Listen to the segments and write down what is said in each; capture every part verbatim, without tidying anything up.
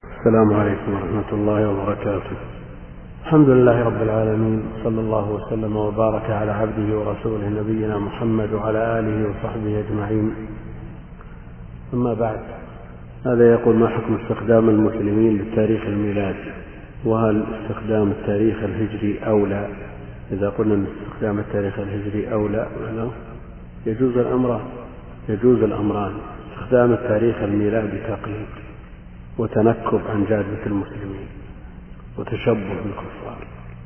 السلام عليكم ورحمة الله وبركاته. الحمد لله رب العالمين، صلى الله وسلم وبارك على عبده ورسوله نبينا محمد وعلى آله وصحبه أجمعين. أما بعد، هذا يقول: ما حكم استخدام المسلمين للتاريخ الميلادي؟ وهل استخدام التاريخ الهجري أولى؟ إذا قلنا أن استخدام التاريخ الهجري أولى ولا يجوز الأمر يجوز الأمران: استخدام التاريخ الميلادي تقليد وتنكب عن جادة المسلمين وتشبه بالكفار.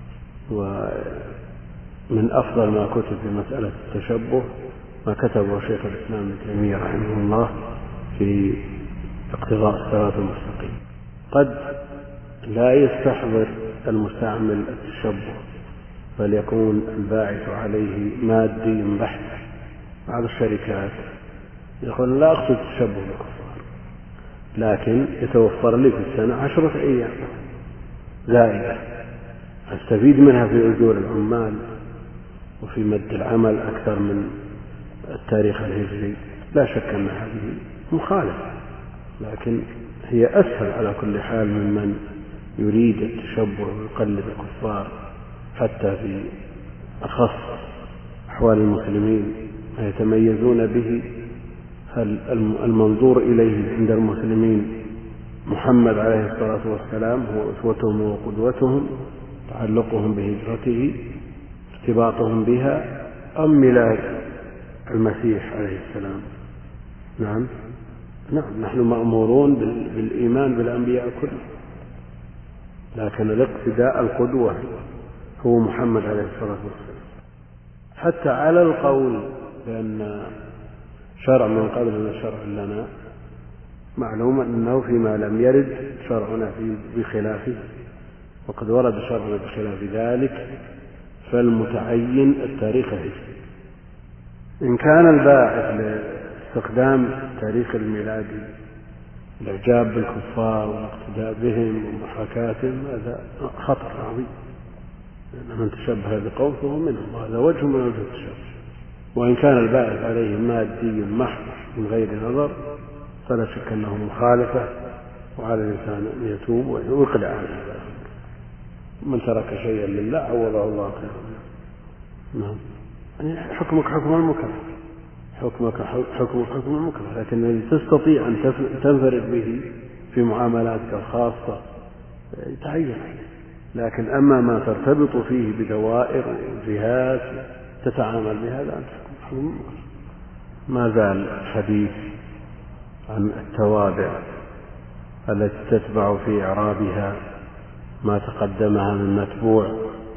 ومن أفضل ما كتب في مسألة التشبه ما كتبه شيخ الإسلام ابن تيمية رحمه الله في اقتضاء الصراط المستقيم. قد لا يستحضر المستعمل التشبه، بل يكون الباعث عليه مادي بحت. بعض الشركات يقول: لا أقصد التشبه بالكفار، لكن يتوفر لي في السنة عشرة أيام زائدة أستفيد منها في أجور العمال وفي مد العمل أكثر من التاريخ الهجري. لا شك أن هذه مخالفة، لكن هي أسهل على كل حال ممن يريد التشبه ويقلد الكفار، حتى في أخص أحوال المسلمين ما يتميزون به. هل المنظور إليه عند المسلمين محمد عليه الصلاة والسلام هو أسوتهم وقدوتهم، تعلقهم بهجرته، ارتباطهم بها، أم ميلاد المسيح عليه السلام؟ نعم نعم نحن مأمورون بالإيمان بالأنبياء كلهم، لكن الاقتداء القدوة هو محمد عليه الصلاة والسلام. حتى على القول بأن شرع من قبلنا شرع لنا، معلوم أنه فيما لم يرد شرعنا بخلافه، وقد ورد شرعنا بخلاف ذلك، فالمتعين التاريخ الهجري. إن كان الباعث لاستخدام التاريخ الميلادي الإعجاب بالكفار والاقتداء بهم ومحاكاتهم، هذا خطر عظيم، لأن من تشبه بقوم فهو منهم، وهذا وجه من وجه التشبه. وإن كان الباعث عليه مادي محض من غير نظر، فلا شك أنه مخالفة، وعلى الإنسان أن يتوب ويقلع عن هذا. من ترك شيئا لله عوضه الله خيرا. نعم، يعني حكمك حكم المكره، حكمك حكم حكم المكره، لكن الذي تستطيع أن تنفرد به في معاملاتك الخاصة تعين. لكن أما ما ترتبط فيه بدوائر وجهات تتعامل بهذا أنت حكم المكره. ما زال الحديث عن التوابع التي تتبع في إعرابها ما تقدمها من متبوع،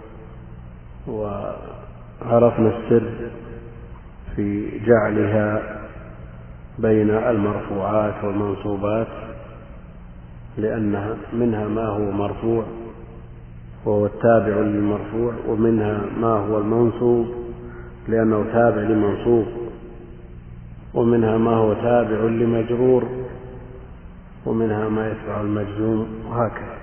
وعرفنا السر في جعلها بين المرفوعات والمنصوبات، لأنها منها ما هو مرفوع وهو التابع للمرفوع، ومنها ما هو المنصوب لأنه تابع لمنصوب، ومنها ما هو تابع لمجرور، ومنها ما يتبع المجزوم، وهكذا.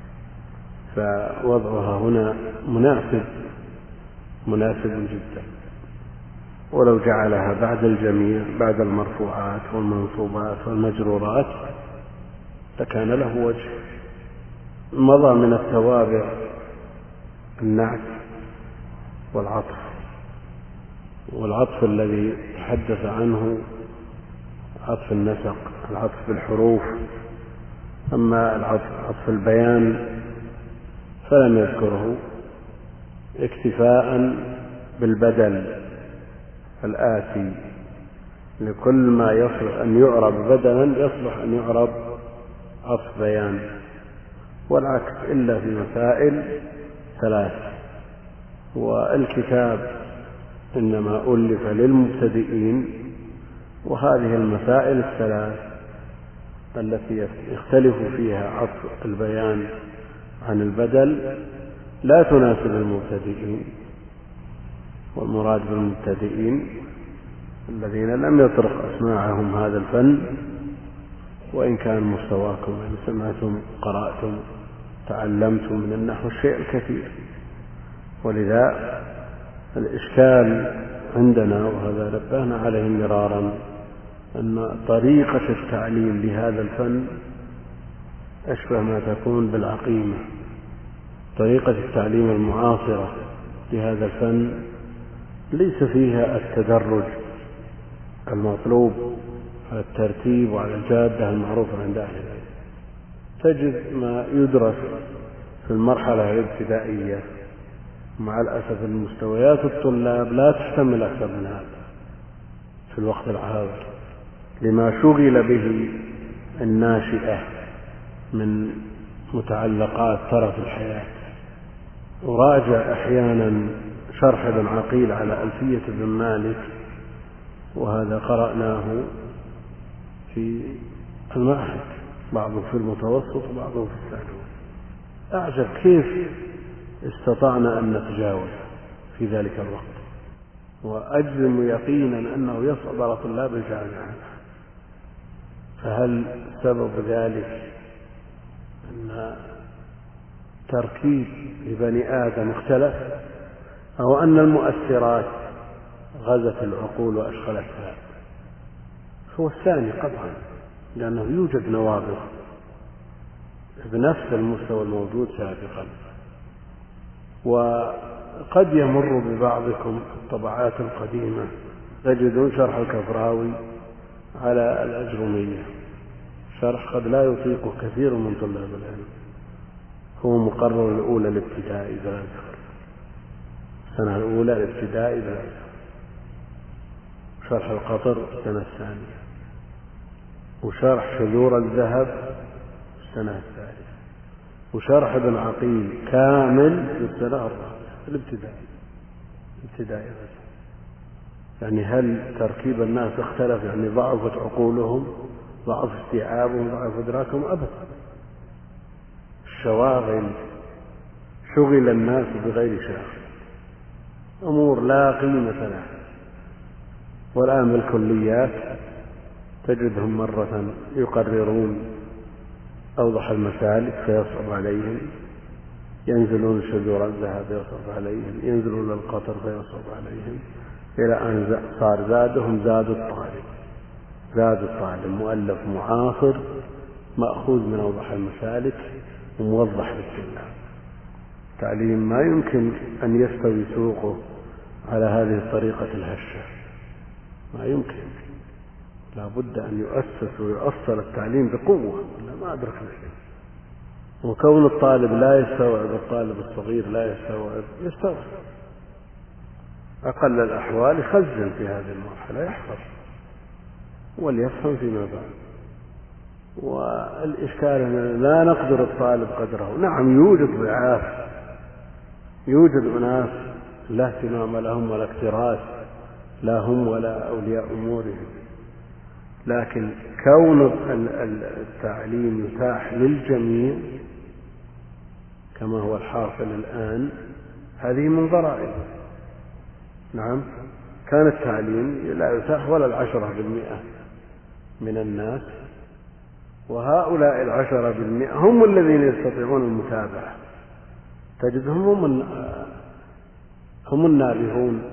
فوضعها هنا مناسب مناسب جدا، ولو جعلها بعد الجميع بعد المرفوعات والمنصوبات والمجرورات لكان له وجه. مضى من التوابع النعت والعطف، والعطف الذي تحدث عنه عطف النسق، العطف بالحروف. أما العطف عطف البيان فلم يذكره، اكتفاء بالبدل الآتي لكل ما يصلح أن يعرب بدلا يصلح أن يعرب عطف بيان، والعكس إلا في مسائل ثلاث. والكتاب إنما ألف للمبتدئين، وهذه المسائل الثلاث التي يختلف فيها عطف البيان عن البدل لا تناسب المبتدئين، والمراد بالمبتدئين الذين لم يطرق أسماعهم هذا الفن، وإن كان مستواكم إن سمعتم قرأتم تعلمتم من النحو الشيء الكثير. ولذا الإشكال عندنا، وهذا نبهنا عليه مرارا، أن طريقة التعليم لهذا الفن أشبه ما تكون بالعقيمة. طريقة التعليم المعاصرة لهذا الفن ليس فيها التدرج المطلوب على الترتيب وعلى الجادة المعروفة عند أهل العلم. تجد ما يدرس في المرحلة الابتدائية مع الأسف المستويات الطلاب لا تحتمل أكثر من هذا في الوقت الحاضر، لما شغل به الناشئة من متعلقات طرف الحياة. أراجع أحيانا شرح ابن عقيل على ألفية ابن مالك، وهذا قرأناه في المعهد، بعضه في المتوسط وبعضه في الثانوي. أعجب كيف استطعنا أن نتجاوز في ذلك الوقت، وأجزم يقينا أنه يصعب على طلاب الجامعة. فهل سبب ذلك أن تركيب لبني آدم اختلف، أو أن المؤثرات غزت العقول وأشغلتها؟ هو الثاني قطعا، لأنه يوجد نوابغ بنفس المستوى الموجود سابقا. وقد يمر ببعضكم الطبعات القديمة تجدون شرح الكفراوي على الأجرمية، شرح قد لا يطيقه كثير من طلاب العلم. هو مقرر الأولى الابتدائي بلا ذكر، السنة الأولى الابتدائي بلا ذكر. شرح القطر السنة الثانية، وشرح شذور الذهب السنة الثالثة، وشرح ابن عقيل كامل في السنة الرابعة الابتدائي. ابتدائي بس. يعني هل تركيب الناس اختلف؟ يعني ضعفت عقولهم، ضعف استيعابهم، ضعف إدراكهم؟ أبدا. الشواغل شغل الناس بغير شاغل، أمور لا قيمة لها. والآن بالكليات تجدهم مرة يقررون أوضح المسالك فيصعب عليهم، ينزلون شذور الذهب يصعب عليهم، ينزلون القطر فيصعب عليهم، إلى أن صار زادهم زاد الطالب. زاد الطالب مؤلف معاصر مأخوذ من أوضح المسالك وموضح للطلاب. تعليم ما يمكن أن يستوي سوقه على هذه الطريقة الهشة، ما يمكن. لا بد أن يؤسس ويؤصل التعليم بقوة، ولا ما أدرك شيء. وكون الطالب لا يستوعب، الطالب الصغير لا يستوعب، يستوعب أقل الأحوال يخزن في هذه المرحلة، يحفظ وليفهم فيما بعد. والإشكال أن لا نقدر الطالب قدره. نعم يوجد ضعاف، يوجد أناس لا اهتمام لهم ولا اكتراث، لا هم ولا أولياء أمورهم، لكن كون التعليم يتاح للجميع كما هو الحاصل الآن هذه من ضرائب. نعم، كان التعليم لا يتاح ولا العشرة بالمئة من الناس، وهؤلاء العشرة بالمئة هم الذين يستطيعون المتابعة. تجدهم هم هم النابهون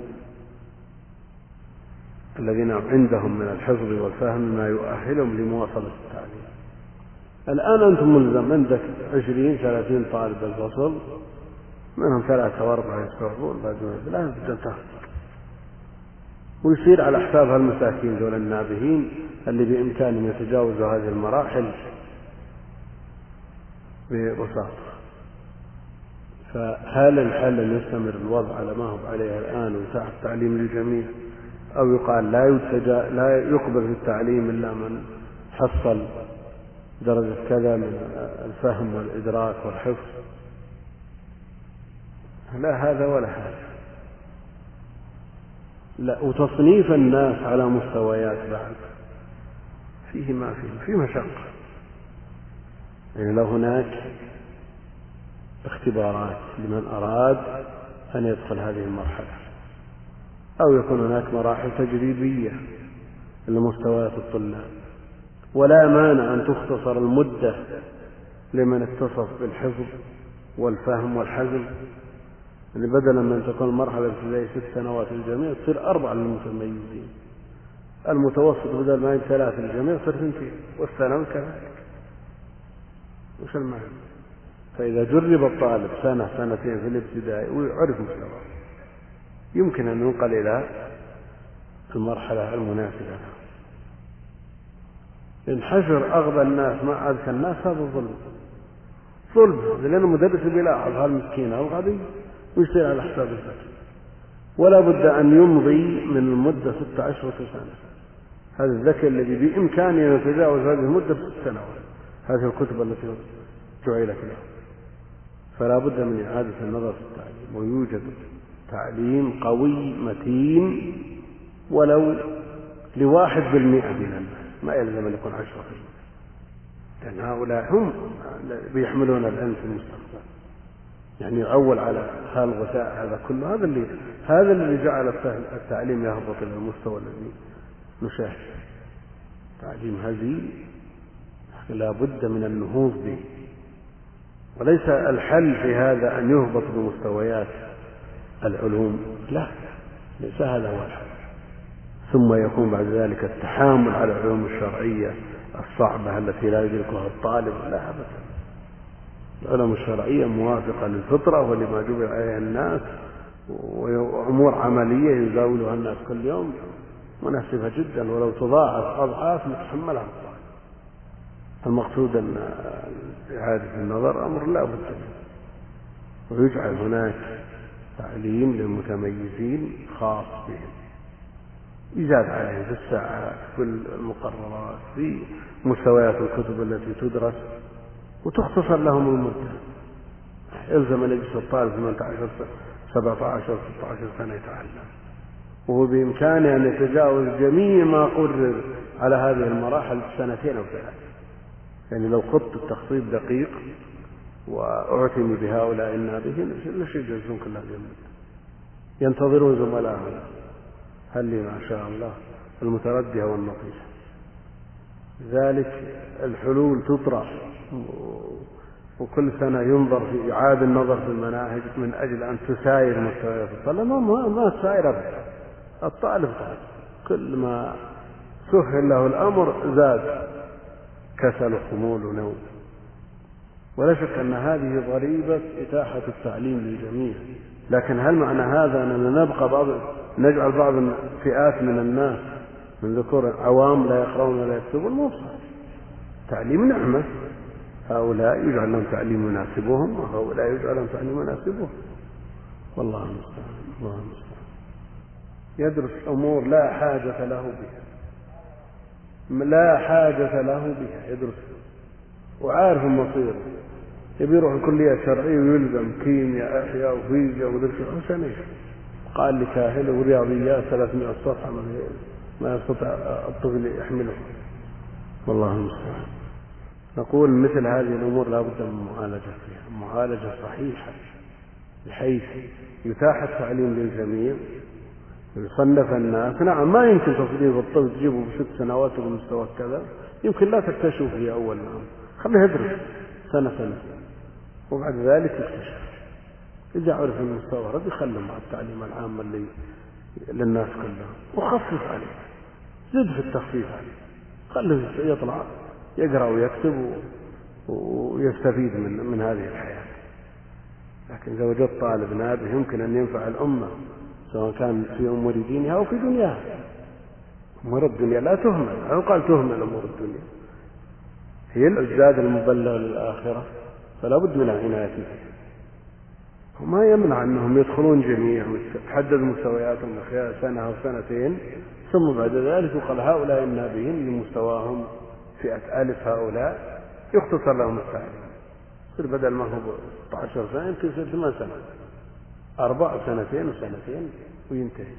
الذين عندهم من الحفظ والفهم ما يؤهلهم لمواصلة التعليم. الآن أنتم ملزم عندك عشرين ثلاثين طالب الفصل، منهم ثلاثة وأربعة يستوعبون، بعد لا بد أن تخسر، ويصير على حساب المساكين ذول النابهين اللي بإمكانهم يتجاوزوا هذه المراحل ببساطة. فهل الحل أن يستمر الوضع على ما هو عليه الآن ويتاح التعليم للجميع، أو يقال لا يتجا لا يقبل في التعليم إلا من حصل درجة كذا من الفهم والإدراك والحفظ؟ لا هذا ولا هذا. لا، وتصنيف الناس على مستويات بعد فيه ما فيه فيه مشقة. يعني لو هناك اختبارات لمن أراد أن يدخل هذه المرحلة، أو يكون هناك مراحل تجريبية لمستويات الطلاب، ولا مانع أن تختصر المدة لمن اتصف بالحفظ والفهم والحزم، يعني بدلا من تكون المرحلة الابتدائية ست سنوات للجميع تصير أربع للمتميزين، المتوسط بدل ما يكون ثلاث للجميع تصير اثنتين، والثانوي كذلك. وش المعنى؟ فإذا جرب الطالب سنة سنتين في الابتدائي ويعرف مستواه يمكن أن ينقل إلى المرحلة المناسبة له. إن حشر أغبى الناس مع أذكى الناس هذا ظلم ظلم، لأن المدرس بيلاحظ هالمسكين الغبي ويصير على حساب الفتى، ولا بد أن يمضي من المدة ستة عشر سنة. هذا الذكي الذي بإمكانه أن يتجاوز هذه المدة بست سنوات، هذه الكتب التي جعلت له. فلا بد من إعادة النظر في التعليم، ويوجد تعليم قوي متين ولو لواحد بالمئة من الناس، ما يلزم أن يكون عشرة بالمئة، لأن هؤلاء هم بيحملون العلم في المستقبل. يعني يعول على هالغثاء هذا كله، هذا اللي هذا اللي جعل التعليم يهبط إلى المستوى الذي نشاهد. تعليم هزيل لا بد من النهوض به، وليس الحل في هذا أن يهبط بمستويات العلوم، لا، ليس هذا هو الحل. ثم يكون بعد ذلك التحامل على العلوم الشرعية الصعبة التي لا يدركها الطالب، لا أبدا. العلوم الشرعية موافقة للفطرة ولما جبل عليها الناس، وأمور عملية يزاولها الناس كل يوم مناسبة جدا، ولو تضاعف أضعاف يتحملها الطالب. المقصود أن إعادة النظر أمر لا بد منه، ويجعل هناك تعليم للمتميزين خاص بهم، يزاد عليهم في الساعات، في المقررات، في مستويات الكتب التي تدرس، وتختصر لهم المدة. يلزم أن يجلس الطالب ثمانية عشر سبعة عشر ستة عشر سنة يتعلم، وهو بإمكانه أن يتجاوز جميع ما قرر على هذه المراحل سنتين أو ثلاثة. يعني لو خط التخطيط دقيق وأعتني بهؤلاء النابهين ليش يجلسون كل هذه المدة؟ ينتظرون زملائهم، هل لي ما شاء الله المتردية والنطيحة. ذلك الحلول تطرح، وكل سنة ينظر في إعادة النظر في المناهج من أجل أن تساير مستويات الطلبة. ما ما تساير أبدا، الطالب طالب، كل ما سهل له الأمر زاد كسل وخمول ونوم. ولا شك أن هذه ضريبة إتاحة التعليم للجميع، لكن هل معنى هذا أننا نبقى بعض نجعل بعض فئات من الناس من ذكور عوام لا يقرؤون ولا يكتبون؟ مو صحيح. تعليم نعمة، هؤلاء يجعل لهم تعليم يناسبهم، وهؤلاء يجعل لهم تعليم يناسبهم. والله المستعان. الله المستعان. يدرس أمور لا حاجة له بها، لا حاجة له بها، يدرس وعارف المصير. يبي يروح الكلية الشرعية ويلزم كيمياء أحياء وفيزياء ودرس حسن إيش قال لي كاهل ورياضيات ثلاثمائة صفحة ما يستطيع الطفل يحمله. والله المستعان. نقول مثل هذه الأمور لا بد من معالجة فيها، معالجة صحيحة بحيث يتاح التعليم للجميع، يصنف الناس. نعم ما يمكن تصنيف الطفل تجيبه بست سنوات بمستوى كذا، يمكن لا تكتشف في أول نعم، خليه يدرس سنة سنة وبعد ذلك يكتشف. إذا عرف المستوى رد يخلهم مع التعليم العام اللي للناس كلها، وخفف عليه، زد في التخفيف عليه، خليه يطلع يقرأ ويكتب ويستفيد من من هذه الحياة. لكن إذا وجدت طالب نابه يمكن أن ينفع الأمة سواء كان في أمور دينها أو في دنياها. أمور الدنيا لا تهمل، أو قال تهمل أمور الدنيا، هي الزاد المبلغ للآخرة، فلا بد من العناية بها. وما يمنع أنهم يدخلون جميع وتحدد مستوياتهم خلال سنة أو سنتين، ثم بعد ذلك يقال هؤلاء النابهين لمستواهم فئة ألف، هؤلاء يختصر لهم التعليم، يصير بدل ما هو ستة عشر سنة يمكن يصير ثمان سنوات، أربع سنتين وسنتين وينتهي.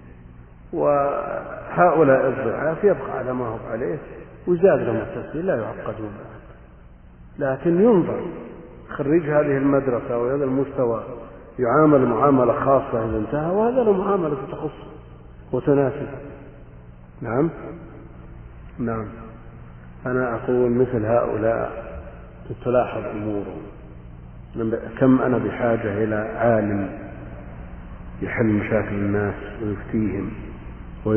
وهؤلاء الضعاف يبقى على ما هو عليه ويزاد لهم التسهيل، لا يعقدون بعد. لكن ينظر خريج هذه المدرسة وهذا المستوى يعامل معاملة خاصة إذا انتهى، وهذا له معاملة تخص وتناسب. نعم نعم. أنا أقول مثل هؤلاء تلاحظ أمورهم، كم أنا بحاجة إلى عالم يحل مشاكل الناس ويفتيهم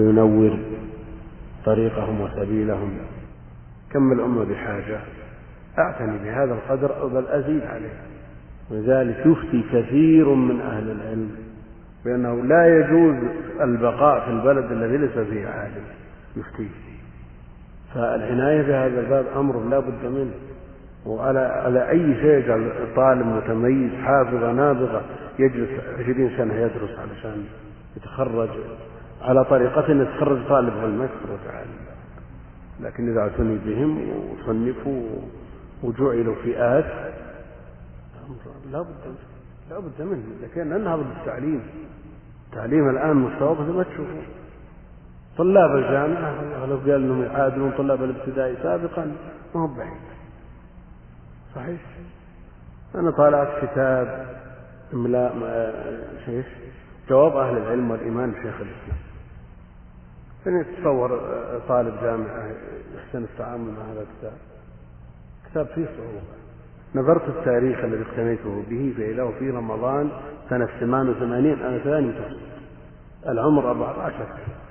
وينور طريقهم وسبيلهم، كم الأمة بحاجة أعتني بهذا القدر أو بل أزيد عليه. ولذلك يفتي كثير من أهل العلم بأنه لا يجوز البقاء في البلد الذي ليس فيه عالم يفتيه. فالعناية بهذا الباب أمر لا بد منه، وعلى على أي شيء يجعل طالب متميز حافظة نابغة يجلس عشرين سنة يدرس علشان يتخرج على طريقة يتخرج طالب علم ما يتخرج عالم. لكن إذا اعتني بهم وصنفوا وجعلوا فئات لا بد لا بد منه. لكن ننهض بالتعليم. التعليم الآن مستواه مثل ما تشوفون طلاب الجامعة لو قال انهم يعادلون طلاب الابتدائي سابقا ما هو بعيد. صحيح. أنا طالعت كتاب املاء شيخ جواب أهل العلم والإيمان بشيخ الإسلام. فإن تتصور طالب جامعة يحسن التعامل مع هذا الكتاب، كتاب فيه صعوبة. نظرت التاريخ الذي اقتنيته به فإذا في رمضان سنة ثمان وثمانين أنا ثاني تفصيل العمر أربعة عشر.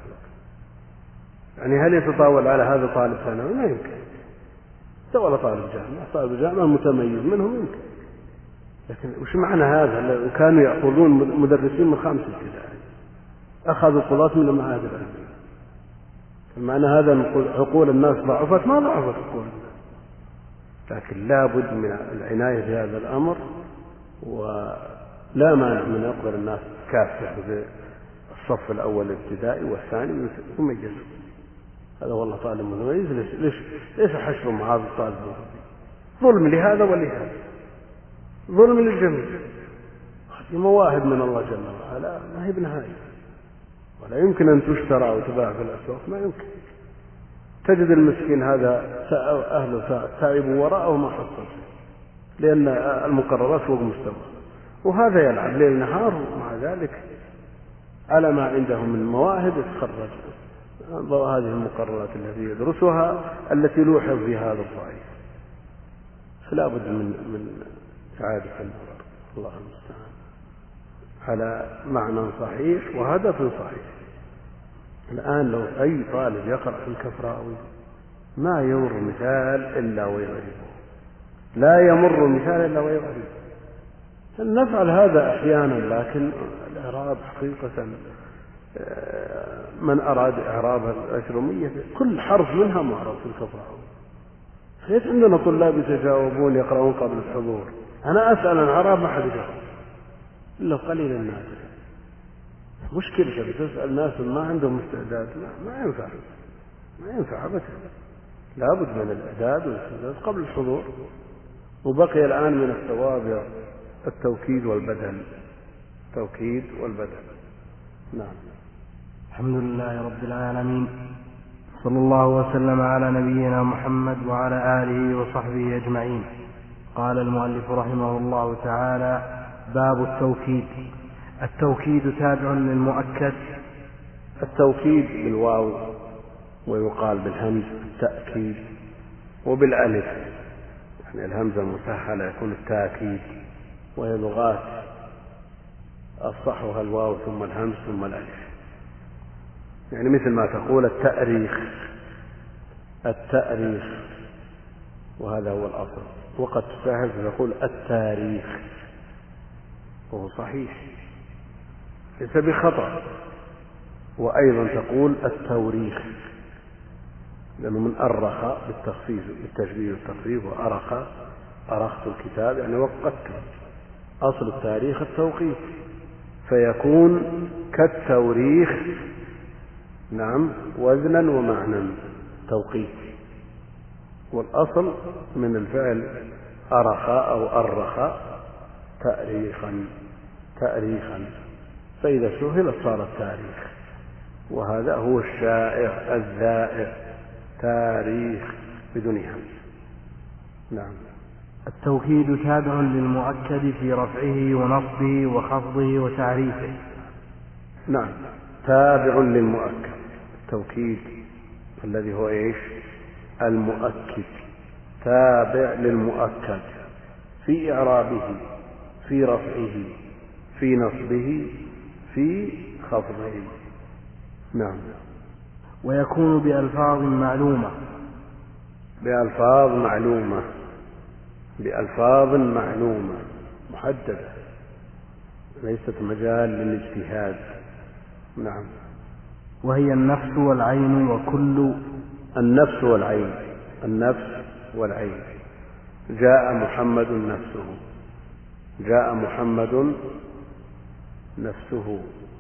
يعني هل يتطاول على هذا طالب ثانوي؟ ما يمكن. ولا طالب جامعة، طالب جامعة متميز منهم يمكن. لكن وش معنى هذا؟ كانوا يأخذون مدرسين من خامس ابتدائي أخذوا قضاة من المعاهد العلمية. معنى هذا عقول الناس ضعفت؟ ما ضعفت عقول الناس، لكن لا بد من العناية بهذا الأمر. ولا مانع من يقدر الناس كافة بالصف الأول الابتدائي والثاني يميزوا. هذا والله طالب متميز. ليش ليش ليش حشر مع هذا الطالب؟ ظلم لهذا ولهذا، ظلم للجميع. هذه مواهب من الله جل وعلا ما هي بنهاية، ولا يمكن أن تشترى وتباع في الأسواق. ما يمكن. تجد المسكين هذا أهله تعبوا وراءه ما حصل لأن المقررات فوق مستوى، وهذا يلعب ليل نهار ومع ذلك على ما عنده من مواهب يتخرج هذه المقررات التي يدرسها التي لوحظ فيها هذا الضعيف. فلا بد من من إعادة النظر الله المستعان على معنى صحيح وهدف صحيح. الآن لو أي طالب يقرأ في الكفراوي ما يمر مثال إلا ويغربه، لا يمر مثال إلا ويغربه. نفعل هذا أحيانا، لكن الإعراب حقيقة من أراد إعراب الأشرمية كل حرف منها معرب في الكفراوي. ليش عندنا طلاب يتجاوبون يقرؤون قبل الحضور؟ أنا أسأل عن إعراب ما حد يجاوب إلا قليل الناس. مشكلة بتسأل ناس ما عندهم استعداد ما, ما ينفع ما ينفع أبدا. لابد من الإعداد والاستعداد قبل الحضور. وبقي الآن من التوابع التوكيد والبدل. التوكيد والبدل. نعم. الحمد لله رب العالمين، صلى الله وسلم على نبينا محمد وعلى آله وصحبه أجمعين. قال المؤلف رحمه الله تعالى: باب التوكيد. التوكيد تابع للمؤكد. التوكيد بالواو ويقال بالهمز التأكيد وبالألف، يعني الهمزة المسهلة يكون التأكيد، وهي لغات أصحها الواو ثم الهمز ثم الألف. يعني مثل ما تقول التأريخ التأريخ وهذا هو الأصل. وقد تسهل تقول التاريخ وهو صحيح ليس بخطأ. وأيضا تقول التوريخ لأنه من أرخ بالتخفيف بالتشبيه والتخفيف، وأرخ أرخت الكتاب يعني وقته. أصل التاريخ التوقيت فيكون كالتوريخ نعم وزنا ومعنى توقيت. والأصل من الفعل أرخ أو أرخ تأريخا تأريخا، فإذا سهلت صار التاريخ، وهذا هو الشائع الذائع تاريخ بدون همز. نعم. التوكيد تابع للمؤكد في رفعه ونصبه وخفضه وتعريفه. نعم، تابع للمؤكد. التوكيد الذي هو ايش؟ المؤكد، تابع للمؤكد في إعرابه في رفعه في نصبه في خفضه. نعم. ويكون بألفاظ معلومة. بألفاظ معلومة بألفاظ معلومة محددة ليست مجال للاجتهاد. نعم. وهي النفس والعين وكل النفس والعين النفس والعين جاء محمد نفسه جاء محمد نفسه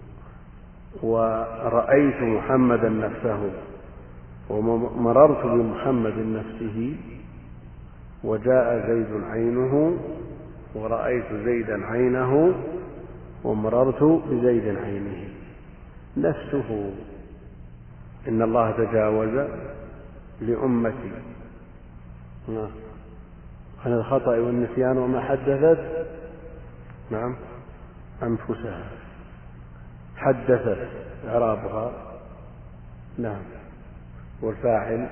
ورأيت محمدا نفسه ومررت بمحمد نفسه وجاء زيد عينه ورأيت زيدا عينه ومررت بزيد عينه. نفسه إن الله تجاوز لأمتي عن الخطأ والنسيان وما حدثت نعم أنفسها. حدثت إعرابها نعم والفاعل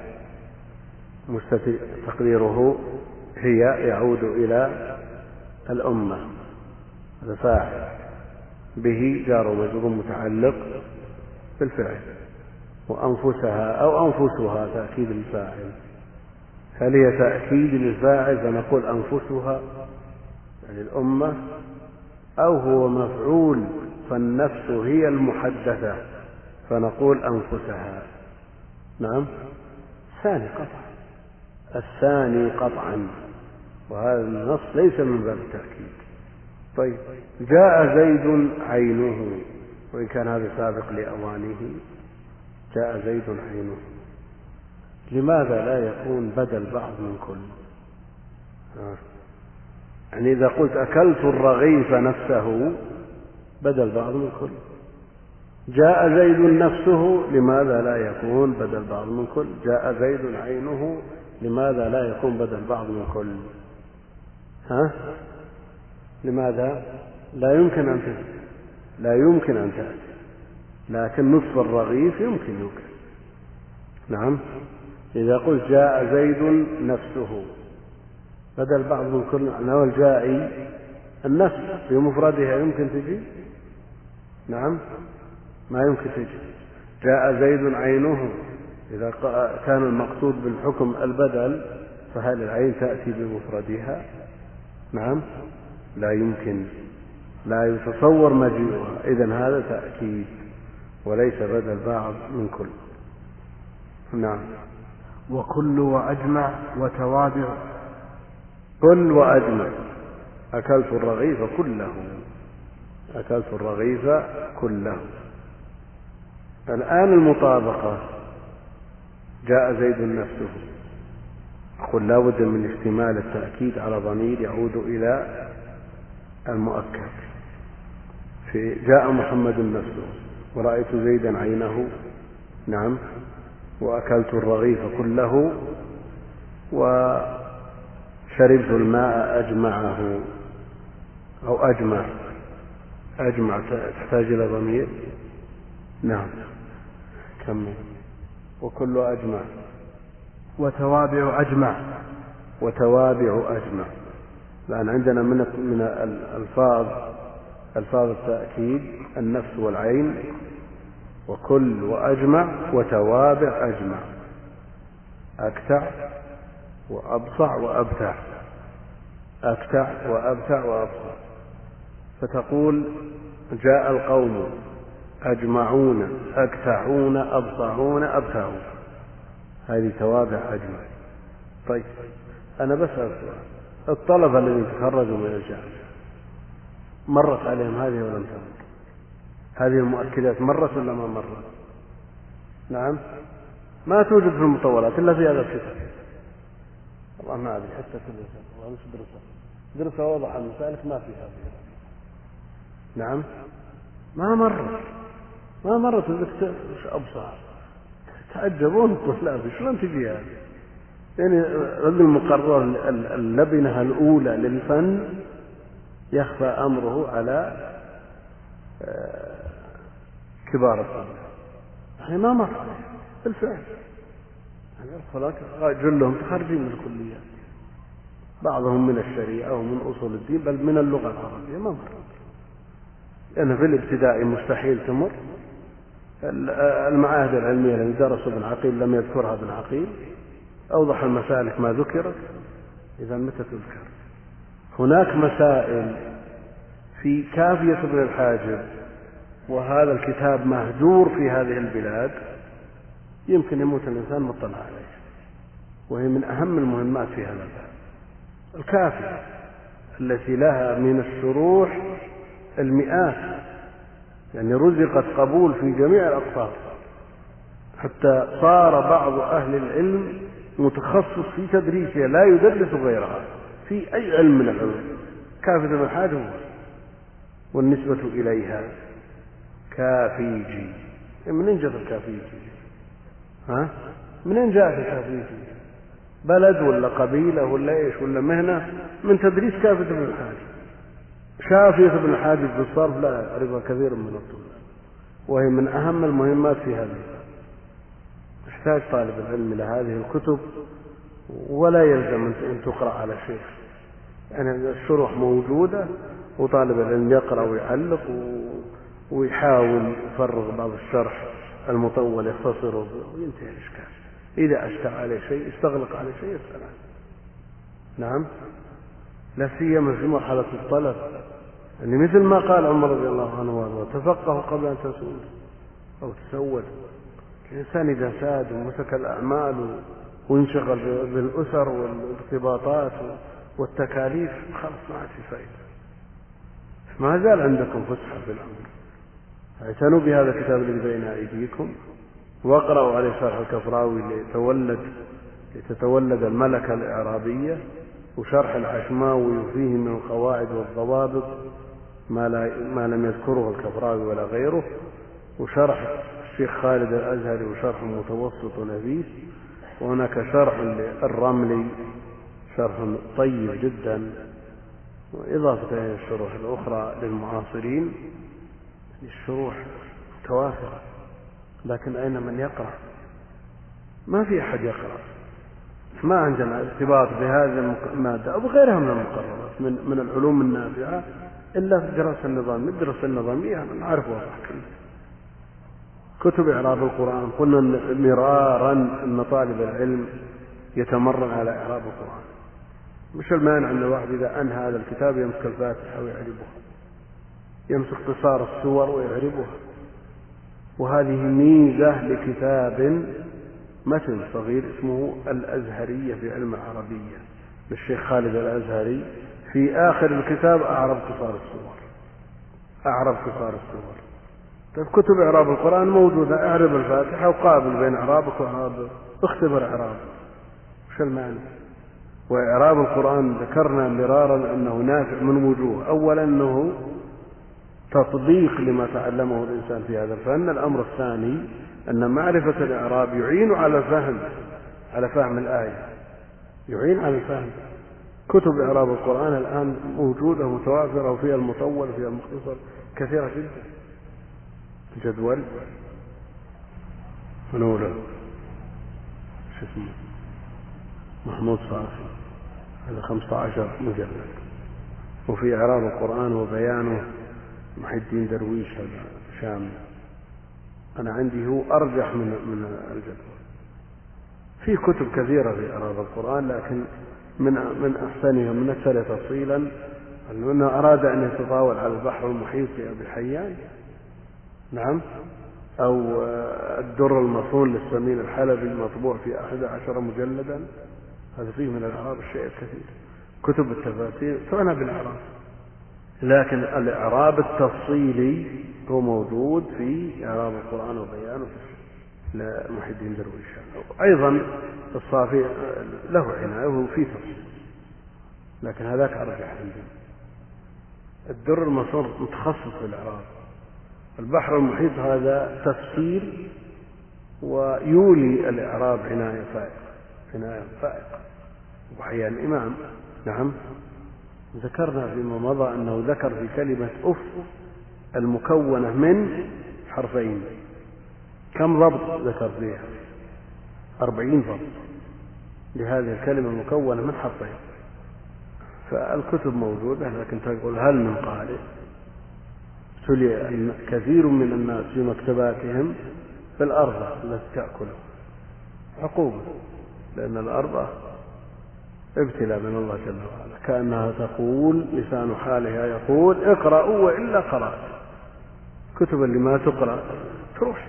تقديره هي يعود إلى الأمة. هذا فاعل به جار ومجرور متعلق بالفعل. وأنفسها أو أنفسها تأكيد للفاعل. هل هي تأكيد للفاعل فنقول أنفسها يعني الأمة أو هو مفعول فالنفس هي المحدثة فنقول أنفسها. نعم الثاني قطعا الثاني قطعا وهذا النص ليس من باب التأكيد. طيب جاء زيد عينه وإن كان هذا سابق لأوانه. جاء زيد عينه لماذا لا يكون بدل بعض من كل؟ يعني إذا قلت أكلت الرغيف نفسه بدل بعض من كل. جاء زيد نفسه لماذا لا يكون بدل بعض من كل؟ جاء زيد عينه لماذا لا يكون بدل بعض من كل؟ ها؟ لماذا؟ لا يمكن أن تأتي لا يمكن أن تأتي لكن نصف الرغيف يمكن يوكل. نعم. إذا قلت جاء زيد نفسه بدل بعض من كل أنه الجائي النفس بمفردها يمكن تجي. نعم ما يمكن تجي. جاء زيد عينه إذا كان المقصود بالحكم البدل فهل العين تأتي بمفردها؟ نعم لا يمكن لا يتصور مجيئها. إذن هذا تأكيد وليس بدل بعض من كل. نعم. وكل وأجمع وتوابع. كل وأجمع أكلت الرغيف كله أكلت الرغيف كله. الآن المطابقة جاء زيد نفسه قل لا بد من اشتمال التأكيد على ضمير يعود إلى المؤكد. في جاء محمد نفسه ورأيت زيدا عينه. نعم. وأكلت الرغيف كله وشربت الماء أجمعه أو أجمع أجمع تحتاج إلى ضمير. نعم كمل. وكل أجمع وتوابع أجمع وتوابع أجمع. لأن عندنا من من الألفاظ ألفاظ التأكيد النفس والعين وكل وأجمع وتوابع أجمع. أكتع وأبصع وأبتع أكتع وأبتع وأبصع. فتقول جاء القوم أجمعون أكتعون أبصعون أبتعون. هذه توابع أجمع. طيب أنا بسأل سؤال. الطلبة الذين تخرجوا من الجامعة مرت عليهم هذه ولم تمر؟ هذه المؤكدات مرت ولا ما مرت؟ نعم ما توجد في المطولات إلا في هذا الكتاب. والله ما أدري حتى تدرسها والله مش درسها درسها واضح المسالك ما فيها فيها. نعم ما مرت ما مرت الدكتور مش أبصر. تعجبون الطلاب شلون تجي هذه؟ يعني رجل مقرر اللبنة الأولى للفن يخفى أمره على كبار الطلاب. يعني ما مر بالفعل. يعني جلهم تخرجين من الكليات بعضهم من الشريعة ومن أصول الدين بل من اللغة العربية ما مر. لأن في الابتدائي مستحيل تمر. المعاهد العلمية التي درسوا ابن عقيل لم يذكرها ابن عقيل. أوضح المسالك ما ذكرت إذا متى تذكر؟ هناك مسائل في كافية ابن الحاجب، وهذا الكتاب مهجور في هذه البلاد، يمكن يموت الإنسان مطلع عليه، وهي من أهم المهمات في هذا الباب. الكافية التي لها من الشروح المئات، يعني رزقت قبول في جميع الأقطار، حتى صار بعض أهل العلم متخصص في تدريسها، لا يدرس غيرها في أي علم من العلوم. كافية ابن الحاجب والنسبة إليها كافيجي. منين جاءت الكافيجي؟ ها؟ منين جاءت الكافيجي؟ بلد ولا قبيلة ولا إيش ولا مهنة؟ من تدريس كافية ابن الحاجب. شافية ابن الحاجب في الصرف لا يعرفها كثير من الطلاب، وهي من أهم المهمات في هذا. يحتاج طالب العلم إلى هذه الكتب، ولا يلزم أن تقرأ على شيخ، يعني الشروح موجودة، وطالب العلم يقرأ ويعلق ويحاول يفرغ بعض الشرح المطول يختصره وينتهي الإشكال. إذا أشكل عليه شيء استغلق عليه شيء يسأل عنه. نعم، لا سيما في مرحلة الطلب، يعني مثل ما قال عمر رضي الله عنه وارضاه: تفقهوا قبل أن تسود أو تسود. الإنسان إذا ساد ومسك الأعمال وانشغل بالأسر والارتباطات والتكاليف خلاص ما عاد في فائدة. ما زال عندكم فسحة في الأمر، اعتنوا بهذا الكتاب الذي بين أيديكم، واقرأوا عليه شرح الكفراوي ليتولد لتتولد الملكة الإعرابية، وشرح العشماوي وفيه من القواعد والضوابط ما, لا ما لم يذكره الكفراوي ولا غيره، وشرح الشيخ خالد الأزهري وشرح متوسط ونفيس، وهناك شرح للرملي شرح طيب جدا، وإضافة إلى الشروح الأخرى للمعاصرين. الشروح توافرة، لكن أين من يقرأ؟ ما في أحد يقرأ. ما عندنا ارتباط بهذه المادة أو بغيرها من المقررات من, من العلوم النافعة إلا في الدراسة النظامية. الدراسة النظامية نعرف واضح كله. كتب إعراب القرآن، قلنا مرارا أن طالب العلم يتمرن على إعراب القرآن. مش المانع أن الواحد إذا أنهى هذا الكتاب يمسك الفاتحة ويعربها، يمسك قصار السور ويعربها. وهذه ميزة لكتاب متن صغير اسمه الأزهرية في علم العربية للشيخ خالد الأزهري. في آخر الكتاب أعرب قصار السور، أعرب قصار السور. طيب كتب إعراب القرآن موجودة، اعرب الفاتحة وقابل بين إعرابك وإعراب، اختبر إعراب. وش المعنى؟ وإعراب القرآن ذكرنا مرارا أنه نافع من وجوه. أولا أنه تطبيق لما تعلمه الإنسان في هذا الفن. الأمر الثاني أن معرفة الإعراب يعين على فهم على فهم الآية، يعين على الفهم. كتب إعراب القرآن الآن موجودة متوافرة، وفيها المطول وفيها المختصر، كثيرة جدا. جدول منوله شو اسمه محمود صافي، هذا خمسة عشر مجلد. وفي إعراب القرآن وبيانه محي الدين درويش، هذا شامل. أنا عندي هو أرجح من من الجدول. في كتب كثيرة في إعراب القرآن، لكن من من أحسنها من أكثر تفصيلا أنه أراد أن يتطاول على البحر المحيط في أبي حيان، نعم، أو الدر المصون للسمين الحلبي مطبوع في أحد عشر مجلدا، هذا فيه من الإعراب الشيء الكثير. كتب التفاسير تعنى بالإعراب، لكن الإعراب التفصيلي هو موجود في إعراب القرآن وبيانه لمحي الدين درويش. أيضا الصافي له عناية وفي تفصيل، لكن هذاك أرجح عندي. الدر المصون متخصص في الإعراب. البحر المحيط هذا تفسير ويولي الإعراب عناية فائقة، عناية فائقة. وحيان الإمام، نعم، ذكرنا فيما مضى أنه ذكر في كلمة أف المكونة من حرفين كم ضبط ذكر فيها؟ أربعين ضبط لهذه الكلمة المكونة من حرفين. فالكتب موجودة، لكن تقول هل من قارئ؟ تلي كثير من الناس في مكتباتهم بالأرض التي تأكله عقوبة، لأن الأرض ابتلاء من الله جل وعلا، كأنها تقول لسان حالها يقول اقرأوا وإلا قرأت، كتب اللي ما تقرأ تروح.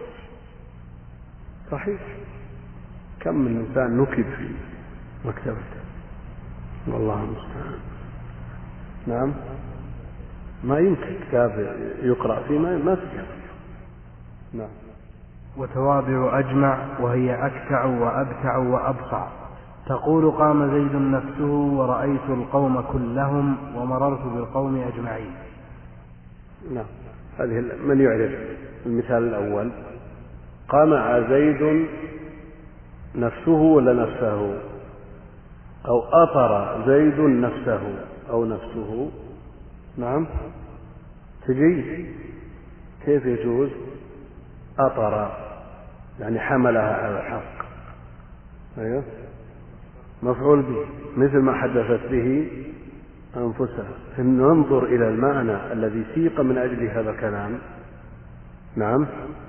صحيح، كم من إنسان نكب في مكتبته، والله المستعان. نعم، ما يمكن كتاب يقرأ فيه ما تقرأ. نعم. وتوابع أجمع وهي أكتع وأبتع وأبصع. تقول قام زيد نفسه ورأيت القوم كلهم ومررت بالقوم أجمعين. نعم، هذه من يعرف المثال الأول. قام زيد نفسه ولا نفسه، أو أطر زيد نفسه أو نفسه. نعم، تجي كيف يجوز؟ أطر يعني حملها على الحق. أيوه، مفعول به، مثل ما حدثت به أنفسها. ننظر إلى المعنى الذي سيق من أجل هذا الكلام. نعم،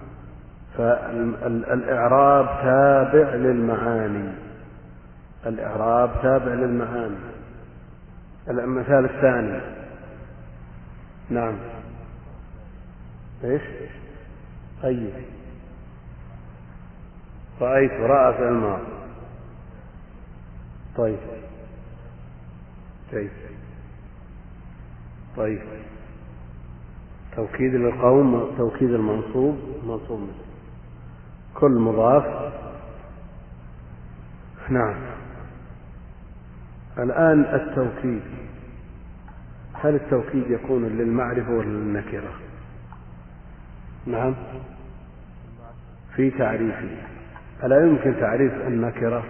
فالإعراب تابع للمعاني، الإعراب تابع للمعاني. المثال الثاني. نعم، ايش؟ طيب، رأيت رأى في الماء. طيب طيب طيب توكيد للقوم، توكيد المنصوب، منصوب كل مضاف. نعم. الآن التوكيد، هل التوكيد يكون للمعرفة ولا للنكرة؟ نعم، في تعريفه. ألا يمكن تعريف النكرة؟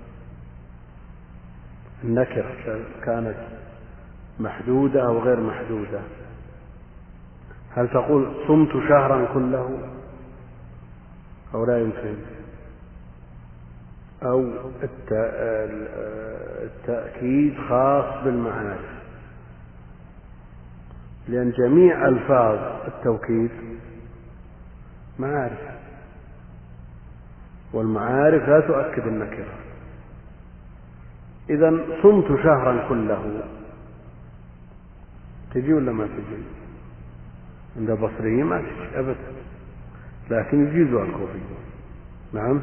النكرة كانت محدودة أو غير محدودة. هل تقول صمت شهرا كله أو لا يمكن؟ أو التأكيد خاص بالمعارف، لأن جميع ألفاظ التوكيد معارف، والمعارف لا تؤكد النكرة. إذن صمت شهرا كله تجي ولا ما تجي؟ عند البصريين ما تجي أبدا، لكن يجيزها الكوفي. نعم.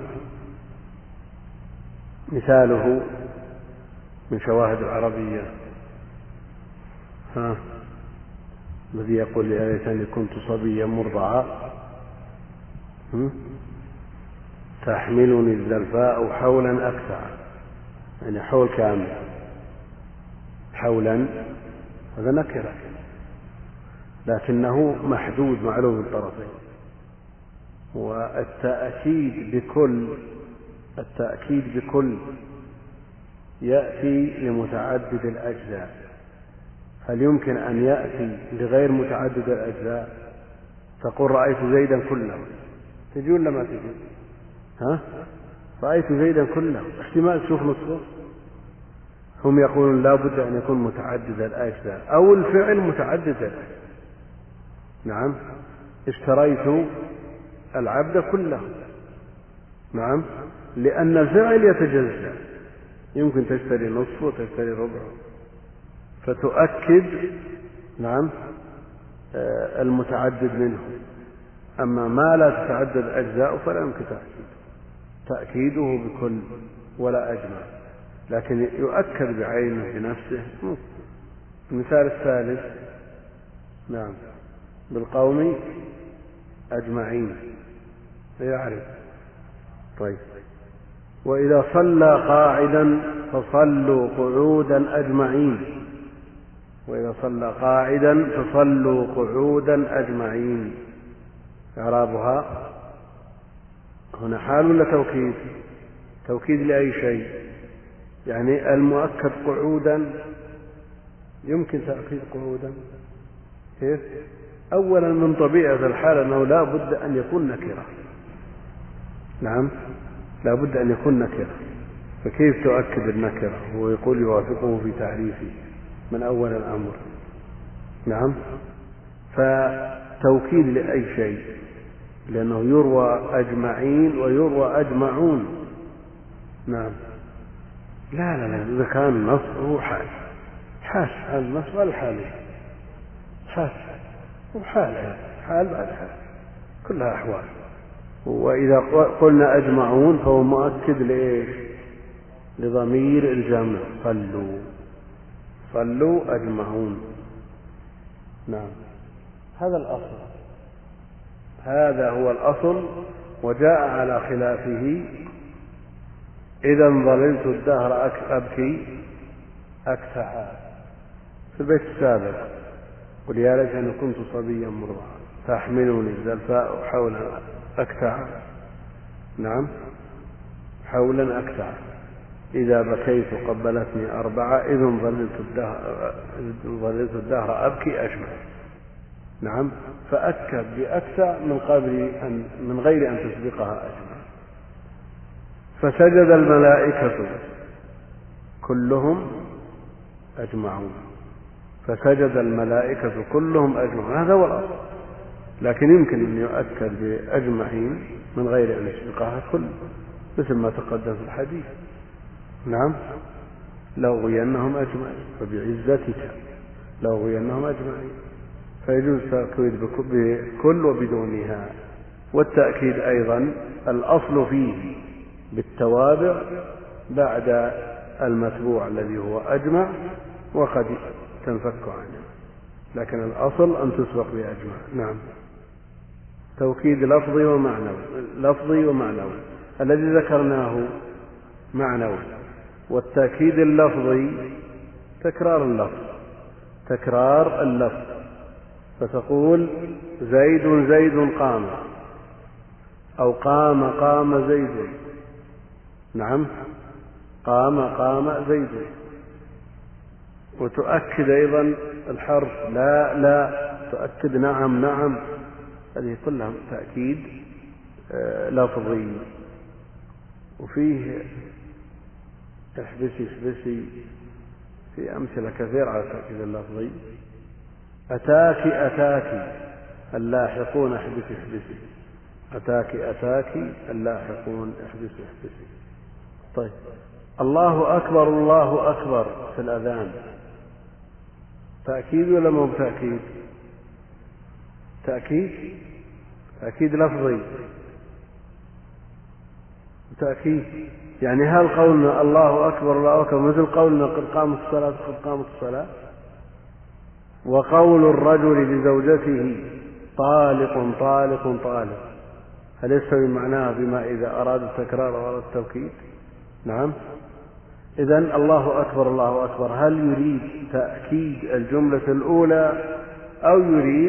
مثاله من شواهد العربية، ها الذي يقول يا ليتني كنت صبيا مرضعا، تحملني الزلفاء حولا أكثر، يعني حول كامل. حولا هذا نكرة لكنه محدود معلوم الطرفين. والتأكيد بكل، التأكيد بكل يأتي لمتعدد الأجزاء. هل يمكن أن يأتي لغير متعدد الأجزاء؟ تقول رأيت زيدا كله، تجي ولا ما تجي؟ ها؟ رأيت زيدا كله، احتمال تشوف نصفه. هم يقولون لا بد أن يكون متعدد الأجزاء أو الفعل متعدد الأجزاء. نعم، اشتريت العبد كله. نعم، لأن الفعل يتجزأ، يمكن تشتري نصفه وتشتري ربعه، فتؤكد نعم المتعدد منه. أما ما لا تتعدد أجزاء فلا يمكن تأكيد تأكيده بكل ولا أجمع، لكن يؤكد بعينه بنفسه. المثال الثالث. نعم، بالقوم أجمعين يعرف. طيب، وإذا صلى قاعدا فصلوا قعودا أجمعين، وإذا صلى قاعدا فصلوا قعودا أجمعين. إعرابها هنا حال ولا توكيد؟ توكيد لأي شيء، يعني المؤكد قعودا يمكن تأكيد قعودا كيف؟ أولا من طبيعة الحال أنه لا بد أن يكون نكرة. نعم، لا بد أن يكون نكرة، فكيف تؤكد النكرة؟ هو يقول يوافقه في تعريفه من أول الأمر. نعم، فتوكيد لأي شيء، لأنه يروى أجمعين ويروى أجمعون. نعم، لا لا لا إذا كان النص هو حال حال حال النص والحالي حال وحال حال بعد حال كلها أحوال. وإذا قلنا أجمعون فهو مؤكد لإيش؟ لضمير الجمع صلوا صلوا أجمعون. نعم هذا الأصل هذا هو الأصل. وجاء على خلافه إذا ظللت الدهر أبكي أكتعا في البيت السابق قل يا ليتني كنت صبيا مرضعا تحملني الزلفاء حولا أكتعا. نعم حولا أكتعا إذا بكيت قبلتني أربعة إذا ظللت الدهر, ظللت الدهر أبكي أجمع. نعم فأكد بأكتع من قبل أن من غير أن تسبقها أجمع. فسجد الملائكة كلهم أجمعون فسجد الملائكة كلهم أجمعون. هذا هو الأصل. لكن يمكن أن يؤكد بأجمعين من غير أن يسبقها كل مثل ما تقدم في الحديث. نعم لأغوينهم أجمعين فبعزتك لأغوينهم أجمعين. فيجوز التأكيد بكل وبدونها. والتأكيد أيضا الأصل فيه بالتوابع بعد المتبوع الذي هو أجمع وقد تنفك عنه لكن الأصل أن تسبق بأجمع. نعم توكيد لفظي ومعنوي. لفظي ومعنوي الذي ذكرناه معنوي. والتأكيد اللفظي تكرار اللفظ تكرار اللفظ فتقول زيد زيد قام أو قام قام زيد. نعم قام قام زيد. وتؤكد أيضا الحرف لا لا تؤكد نعم نعم. هذه كلها تأكيد لفظي. وفيه احبسي احبسي في أمثلة كثيرة على التأكيد اللفظي. أتاك أتاك اللاحقون احبسي احبسي أتاك أتاك اللاحقون احبسي احبسي. طيب الله أكبر الله أكبر في الأذان تأكيد ولا مو بتأكيد؟ تأكيد تأكيد لفظي تأكيد. يعني هل قولنا الله أكبر الله أكبر مثل قولنا قد قامت الصلاة قد قامت الصلاة؟ وقول الرجل لزوجته طالق طالق طالق هل يستوي معناها بما إذا أراد التكرار وأراد التوكيد؟ نعم. إذن الله أكبر الله أكبر هل يريد تأكيد الجملة الأولى أو يريد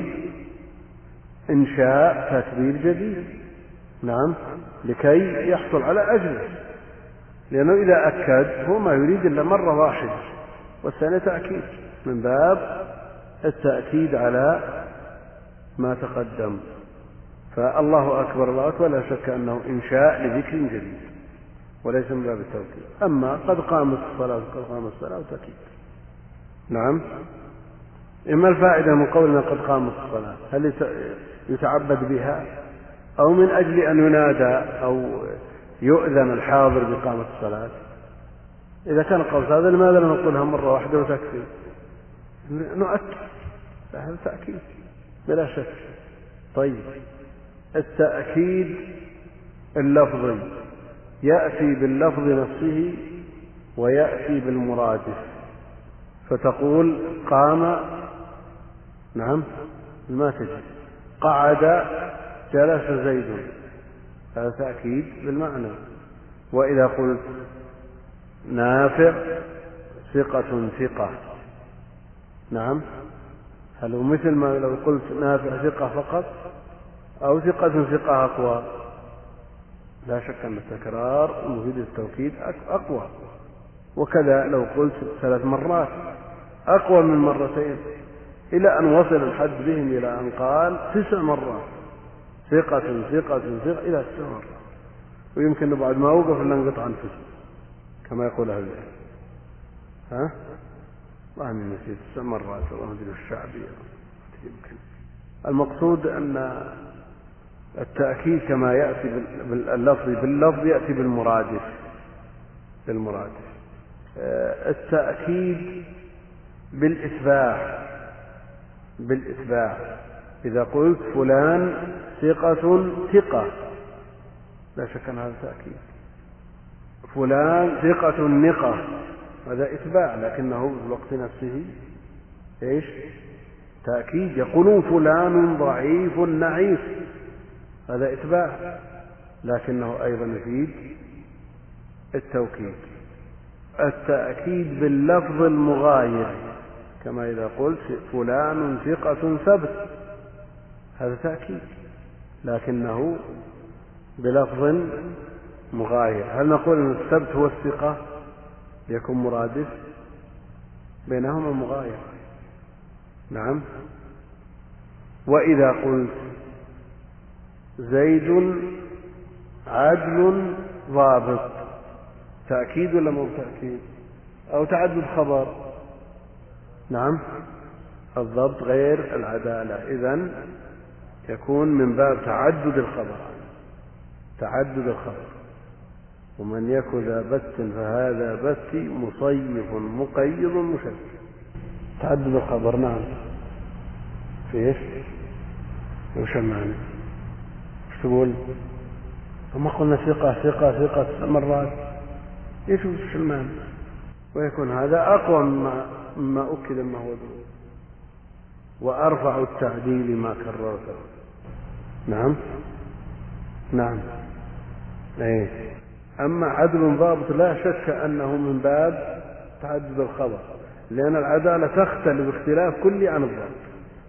إنشاء تكبير جديد؟ نعم لكي يحصل على أجره. لأنه إذا أكد هو ما يريد إلا مرة واحدة والثانية تأكيد من باب التأكيد على ما تقدم. فالله أكبر الله أكبر لا شك أنه إنشاء لذكر جديد وليس من باب التوكيد. أما قد قامت الصلاة قد قامت الصلاة تأكيد. نعم. إما الفائدة من قولنا قد قامت الصلاة هل يتعبد بها أو من أجل أن ينادى أو يؤذن الحاضر بقامة الصلاة؟ إذا كان قول هذا لماذا لا نقولها مرة واحدة وتكفي؟ نؤكد هذا تأكيد بلا شك. طيب التأكيد اللفظي يأتي باللفظ نفسه ويأتي بالمرادف. فتقول قام نعم ما تجي قعد جلس زيد هذا تأكيد بالمعنى. وإذا قلت نافع ثقة ثقة نعم هل هو مثل ما لو قلت نافع ثقة فقط أو ثقة ثقة أقوى؟ لا شك أن التكرار مفيد التوكيد أقوى. وكذا لو قلت ثلاث مرات أقوى من مرتين إلى أن وصل الحد بهم إلى أن قال تسع مرات ثقة ثقة ثقة إلى تسع مرات. ويمكن بعد ما وقف أن ننقطع أنفسه كما يقول أهل العلم. ها الله من نسيت تسع مرات الله مدير الشعبي يمكن. المقصود أن التأكيد كما يأتي باللفظ باللفظ يأتي بالمرادف بالمرادف. التأكيد بالإتباع بالإتباع إذا قلت فلان ثقة ثقة لا شك أن هذا تأكيد. فلان ثقة نقة هذا إتباع، لكنه في الوقت نفسه إيش؟ تأكيد. يقولون فلان ضعيف نعيف هذا إتباع، لكنه أيضا يفيد التوكيد. التأكيد باللفظ المغاير كما إذا قلت فلان ثقة ثبت هذا تأكيد، لكنه بلفظ مغاير. هل نقول أن الثبت هو الثقة يكون مرادف؟ بينهما مغاير. نعم. وإذا قلت زيد عدل ضابط تأكيد ولا مو تأكيد؟ أو تعدد خبر؟ نعم، الضبط غير العدالة، إذن يكون من باب تعدد الخبر تعدد الخبر. ومن يكن ذا بت فهذا بت مصيف مقيض مشد. تعدد الخبر. نعم. في ايش؟ وش المعنى؟ وش تقول؟ وما قلنا ثقة ثقة ثقة مرات، ايش وش المعنى؟ ويكون هذا أقوى مما, مما أكد ما هو دون، وأرفع التعديل ما كررته. نعم نعم. ايه. أما عدل ضابط لا شك أنه من باب تعدد الخبر، لأن العدالة تختلف اختلاف كلي عن الضابط.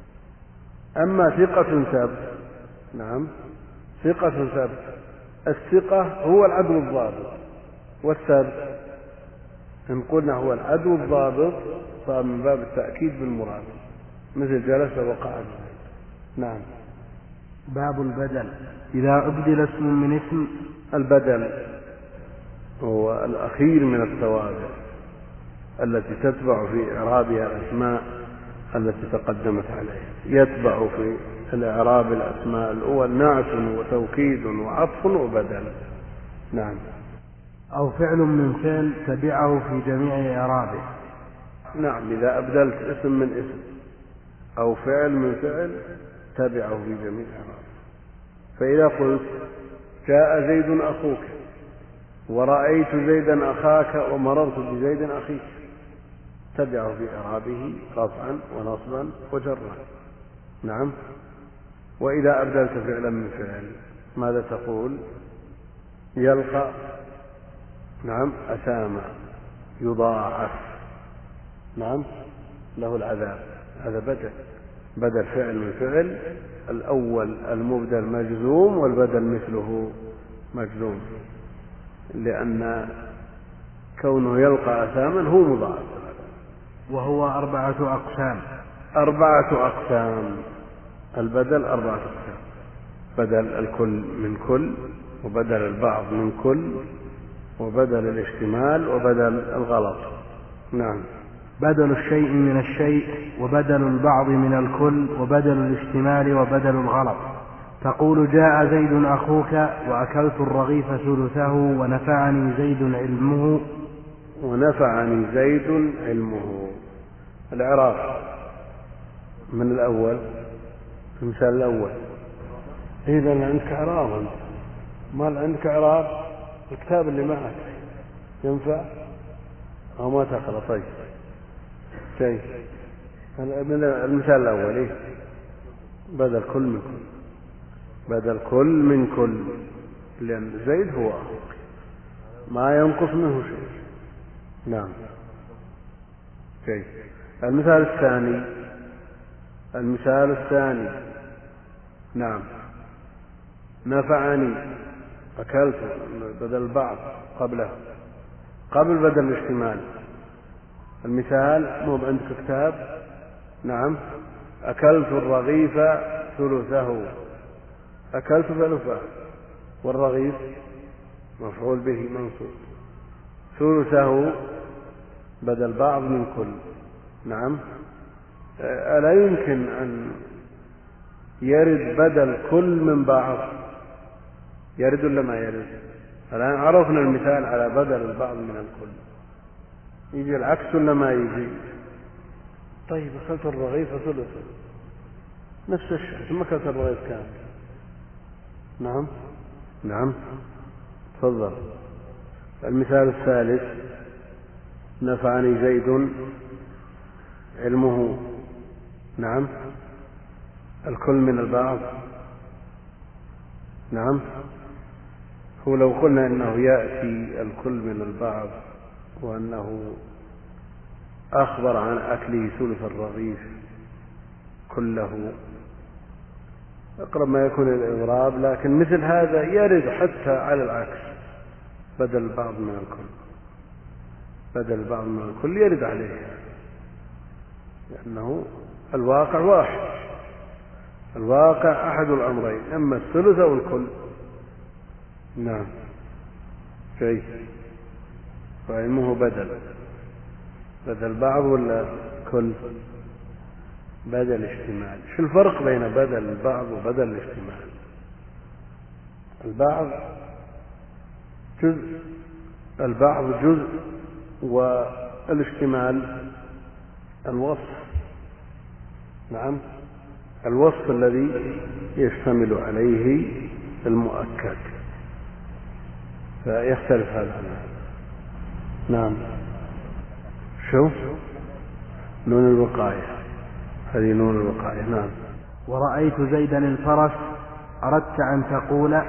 أما ثقة ثبت، نعم ثقة ثبت، الثقة هو العدل الضابط، والثبت إن قلنا هو العدل الضابط صار من باب التأكيد بالمراد، مثل جلس وقعد. نعم. باب البدل إذا أبدل اسم من اسم. البدل هو الأخير من التوابع التي تتبع في إعرابها الأسماء التي تقدمت عليها. يتبع في الإعراب الأسماء الأول نعت وتوكيد وعطف وبدل. نعم. أو فعل من فعل تبعه في جميع إعرابه. نعم، إذا أبدلت اسم من اسم أو فعل من فعل تبعه في جميع إعرابه. فإذا قلت جاء زيد أخوك ورأيت زيدا أخاك ومررت بزيد أخيك تبعه في إعرابه رفعا ونصبا وجرا. نعم. وإذا أبدلت فعلا من فعل ماذا تقول؟ يلقى، نعم، أسامة يضاعف، نعم، له العذاب، هذا بدل بدل فعل من فعل. الأول المبدل مجزوم والبدل مثله مجزوم، لأن كونه يلقى أساما هو مضاعف. وهو أربعة أقسام. أربعة أقسام. البدل أربعة أقسام: بدل الكل من كل، وبدل البعض من كل، وبدل الاشتمال، وبدل الغلط. نعم. بدل الشيء من الشيء، وبدل البعض من الكل، وبدل الاشتمال، وبدل الغلط. تقول جاء زيد أخوك وأكلت الرغيف ثلثه ونفعني زيد علمه. ونفعني زيد علمه. الإعراب من الأول، المثال الأول. إذا عندك إعراب، ما عندك إعراب الكتاب اللي معك ينفع أو ما تقرأ؟ طيب شيء من المثال الأول إيه؟ بدل كل من كل، بدل كل من كل، لأن زيد هو أخوك ما ينقص منه شيء. نعم. شيء. المثال الثاني، المثال الثاني نعم، نفعني أكلت بدل البعض قبله، قبل بدل الاشتمال. المثال مو عندك كتاب، نعم، أكلت الرغيف ثلثه، أكلت ثلثه، والرغيف مفعول به منصوب، ثلثه بدل بعض من كل. نعم. ألا يمكن أن يرد بدل كل من بعض؟ يرد ولا ما يرد؟ الآن عرفنا المثال على بدل البعض من الكل. يجي العكس ولا ما يجي؟ طيب أكلت الرغيف ثلث نفس الشيء، ثم أكلت الرغيف كامل. نعم نعم تفضل. المثال الثالث: نفعني زيد علمه. نعم الكل من البعض. نعم هو لو قلنا إنه يأتي الكل من البعض وأنه أخبر عن أكله ثلث الرغيف كله أقرب ما يكون الإضراب، لكن مثل هذا يرد حتى على العكس، بدل البعض من الكل، بدل البعض من الكل يرد عليه، لأنه الواقع واحد، الواقع أحد الأمرين، إما الثلث أو الكل. نعم شيء فعلمه بدل بدل بعض ولا كل؟ بدل اشتمال. شو الفرق بين بدل البعض وبدل الاشتمال؟ البعض جزء، البعض جزء، والاشتمال الوصف. نعم الوصف الذي يشتمل عليه المؤكد، فيختلف هذا عن هذا. نعم شوف نون الوقاية، هذه نون الوقاية. نعم. ورأيت زيدا الفرس، أردت أن تقول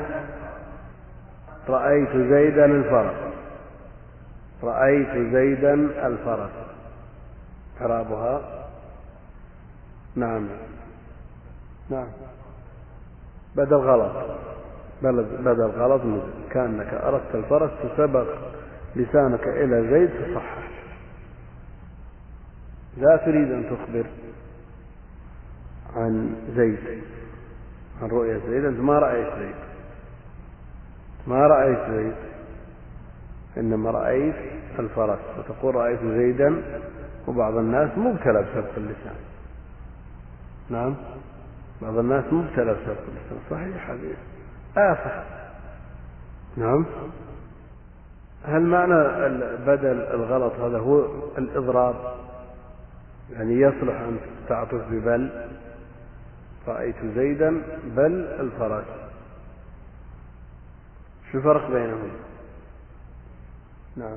رأيت زيدا الفرس، رأيت زيدا الفرس إعرابها. نعم نعم بدل غلط، بدل غلط، كأنك أردت الفرس فسبق لسانك إلى زيد فصحح، لا تريد أن تخبر عن زيد، عن رؤية زيد، أنت ما رأيت زيد، ما رأيت زيد، إنما رأيت الفرس، وتقول رأيت زيدا، وبعض الناس مبتلى بسبق اللسان. نعم بعض الناس مبتلى بسبق اللسان، صحيح حديث آفة. نعم هل معنى بدل الغلط هذا هو الإضراب؟ يعني يصلح أن تعطف ببل، رأيت زيدا بل الفرس، شو الفرق بينهم؟ نعم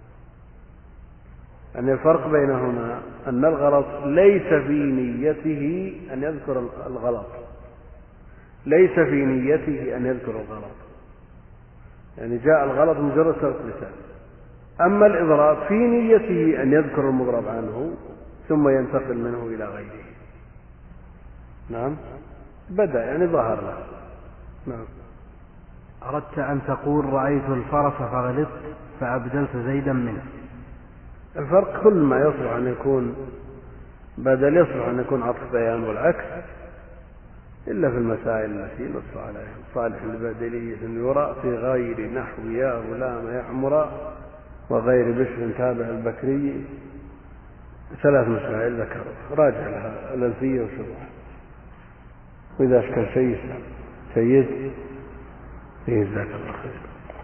أن الفرق بينهما أن الغلط ليس في نيته أن يذكر الغلط، ليس في نيته أن يذكر الغلط، يعني جاء الغلط مجرد سبق لسان. أما الإضراب في نيته أن يذكر المضرب عنه ثم ينتقل منه إلى غيره. نعم بدأ يعني ظهر له. نعم. أردت أن تقول رأيت الفرس فغلطت فأبدلت زيدا منه. الفرق كل ما يصلح أن يكون بدل يصلح أن يكون عطف بيان والعكس، إلا في المسائل التي نص عليها صالح البدلية يرى في غير نحو يا غلام يعمر وغير بشر تابع البكري، ثلاث مسائل ذكروا، راجع لها الألفية وشروح، وإذا أشكل شيء سيد جزاك الله خير.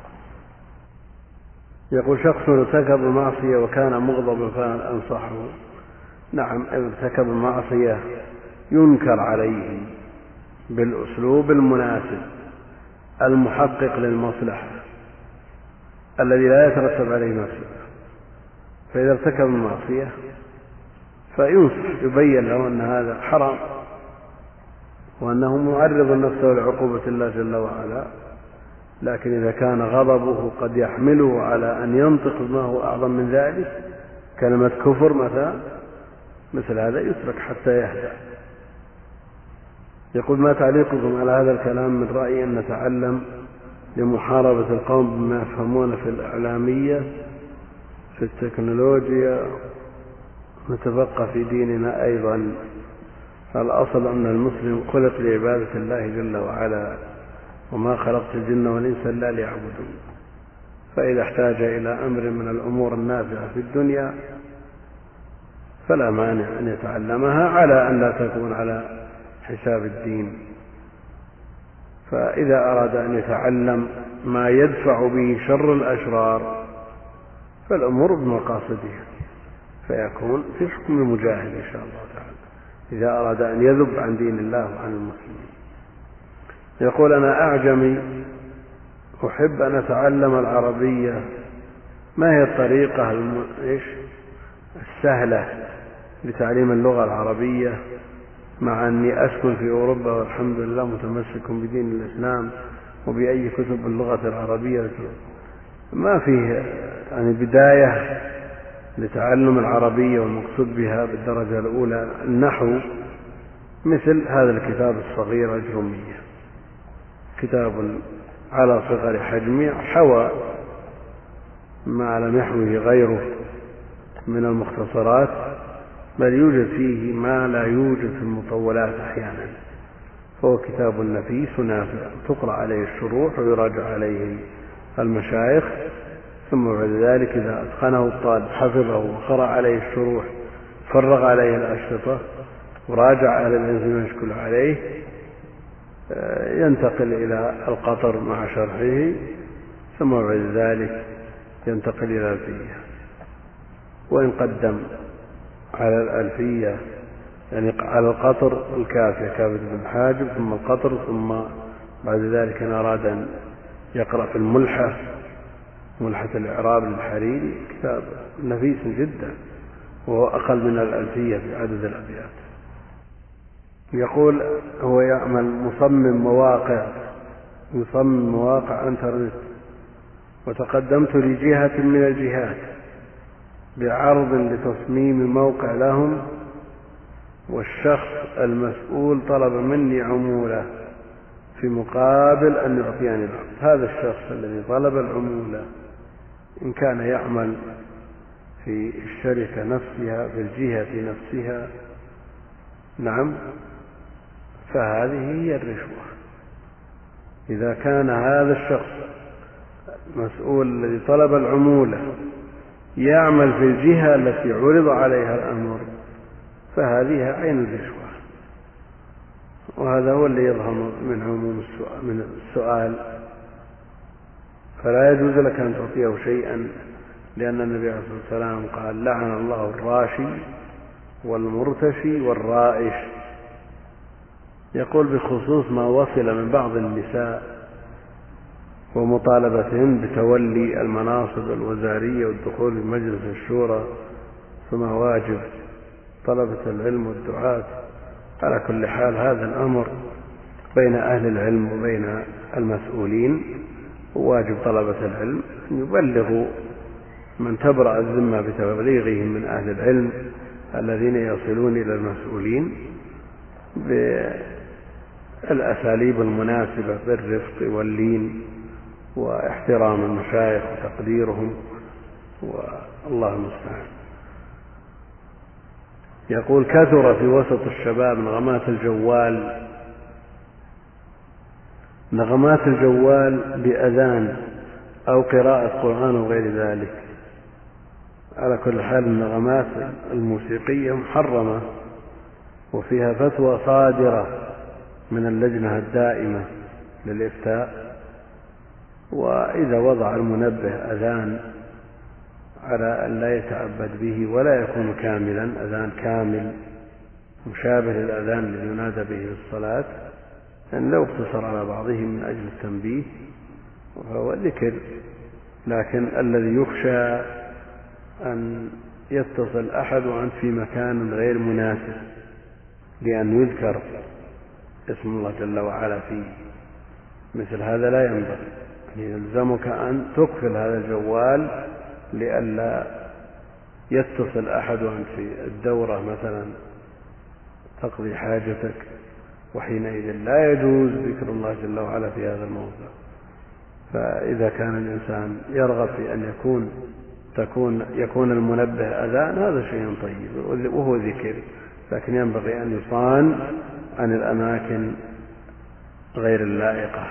يقول شخص ارتكب المعصية وكان مغضبا فأنصحه. نعم ارتكب المعصية ينكر عليه بالأسلوب المناسب المحقق للمصلحة الذي لا يترتب عليه مفسدة، فإذا ارتكب المعصية فينصح، يبين له أن هذا حرام وأنه معرض نفسه لعقوبة الله جل وعلا، لكن إذا كان غضبه قد يحمله على أن ينطق ما هو أعظم من ذلك، كلمة كفر مثلا، مثل هذا يترك حتى يهدأ. يقول ما تعليقكم على هذا الكلام؟ من رأيي أن نتعلم لمحاربة القوم بما يفهمون في الإعلامية في التكنولوجيا، نتفقه في ديننا أيضا. الأصل أن المسلم خلق لعبادة الله جل وعلا، وما خلقت الجن والإنس إلا ليعبدون، فإذا احتاج إلى أمر من الأمور النافعة في الدنيا فلا مانع أن يتعلمها على أن لا تكون على حساب الدين. فإذا أراد أن يتعلم ما يدفع به شر الأشرار فالأمور بمقاصدها، فيكون في حكم المجاهد إن شاء الله تعالى إذا أراد أن يذب عن دين الله وعن المسلمين. يقول: أنا أعجمي أحب أن أتعلم العربية، ما هي الطريقة الم... إيش؟ السهلة لتعليم اللغة العربية مع أني أسكن في أوروبا والحمد لله متمسك بدين الإسلام وبأي كتب اللغة العربية؟ ما فيه يعني بداية لتعلم العربية والمقصود بها بالدرجة الأولى النحو، مثل هذا الكتاب الصغير الجرمية، كتاب على صغر حجمه، حوى ما لم يحوه غيره من المختصرات، بل يوجد فيه ما لا يوجد في المطولات أحيانا، فهو كتاب نفيس نافع، تقرأ عليه الشروح ويراجع عليه المشايخ، ثم بعد ذلك إذا أتقنه الطالب حفظه وقرأ عليه الشروح فرغ عليه الأشرطة وراجع على الإنسان يشكل عليه، ينتقل إلى القطر مع شرحه، ثم بعد ذلك ينتقل إلى الألفية. وإن قدم على الألفية يعني على القطر الكافية كافية بن حاجب ثم القطر، ثم بعد ذلك إن أراد أن يقرأ في الملحة، ملحة الإعراب للحريري، كتاب نفيس جدا وهو أقل من الألفية في عدد الأبيات. يقول: هو يعمل مصمم مواقع يصمم مواقع انترنت، وتقدمت لجهة من الجهات بعرض لتصميم موقع لهم، والشخص المسؤول طلب مني عمولة في مقابل أن يعطيني العرض. هذا الشخص الذي طلب العمولة إن كان يعمل في الشركة نفسها في الجهة نفسها، نعم، فهذه هي الرشوة. إذا كان هذا الشخص مسؤول الذي طلب العمولة يعمل في الجهة التي عرض عليها الأمر، فهذه عين الرشوة، وهذا هو اللي يظهر من عموم السؤال, من السؤال فلا يجوز لك أن تعطيه شيئا، لأن النبي عليه الصلاة والسلام قال: لعن الله الراشي والمرتشي والرائش. يقول: بخصوص ما وصل من بعض النساء ومطالبتهن بتولي المناصب الوزارية والدخول في مجلس الشورى، فما واجب طلبة العلم والدعاة؟ على كل حال هذا الأمر بين أهل العلم وبين المسؤولين، وواجب طلبة العلم أن يبلغوا من تبرأ الذمة بتبليغهم من أهل العلم الذين يصلون إلى المسؤولين بالأساليب المناسبة بالرفق واللين واحترام المشايخ وتقديرهم، والله المستعان. يقول: كثر في وسط الشباب نغمات الجوال نغمات الجوال بأذان أو قراءة قرآن وغير ذلك. على كل حال النغمات الموسيقية محرمة، وفيها فتوى صادرة من اللجنة الدائمة للإفتاء، وإذا وضع المنبه أذان على أن لا يتعبد به ولا يكون كاملا، أذان كامل مشابه للأذان الذي ينادى به في الصلاة، أن لو اقتصر على بعضهم من أجل التنبيه فهو ذكر، لكن الذي يخشى أن يتصل أحد وأنت في مكان غير مناسب لأن يذكر اسم الله جل وعلا فيه، مثل هذا لا ينبغي. يلزمك أن تقفل هذا الجوال لئلا يتصل أحد وأنت في الدورة مثلا تقضي حاجتك، وحينئذ لا يجوز ذكر الله جل وعلا في هذا الموضع. فإذا كان الإنسان يرغب في أن يكون تكون يكون المنبه أذان، هذا شيء طيب وهو ذكر، لكن ينبغي أن يصان عن الأماكن غير اللائقة.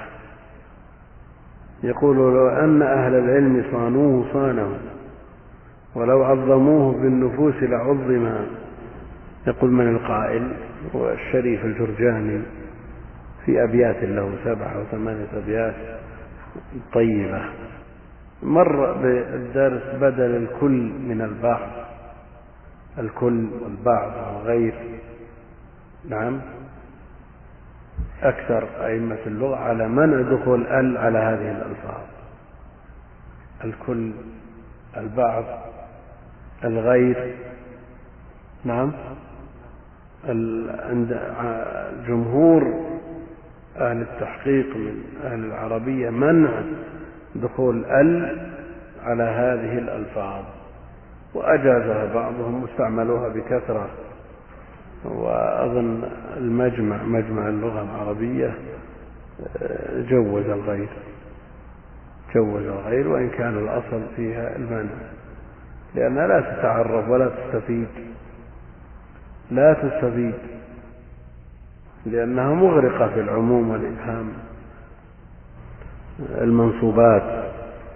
يقول: لو أن أهل العلم صانوه صانه، ولو عظموه بالنفوس لعظما. يقول: من القائل؟ والشريف الجرجاني في أبيات له سبعة وثمانية أبيات طيبة، مر بالدرس بدل الكل من البعض، الكل والبعض وغير. نعم، أكثر أئمة اللغة على منع دخول ال على هذه الألفاظ، الكل، البعض، الغير. نعم، عند جمهور أهل التحقيق من أهل العربية منع دخول ال على هذه الألفاظ، وأجازها بعضهم واستعملوها بكثرة. وأظن المجمع مجمع اللغة العربية جوز الغير، جوز الغير، وإن كان الأصل فيها المنع، لأنها لا تتعرف ولا تستفيد، لا تستفيد لأنها مغرقة في العموم والإبهام. المنصوبات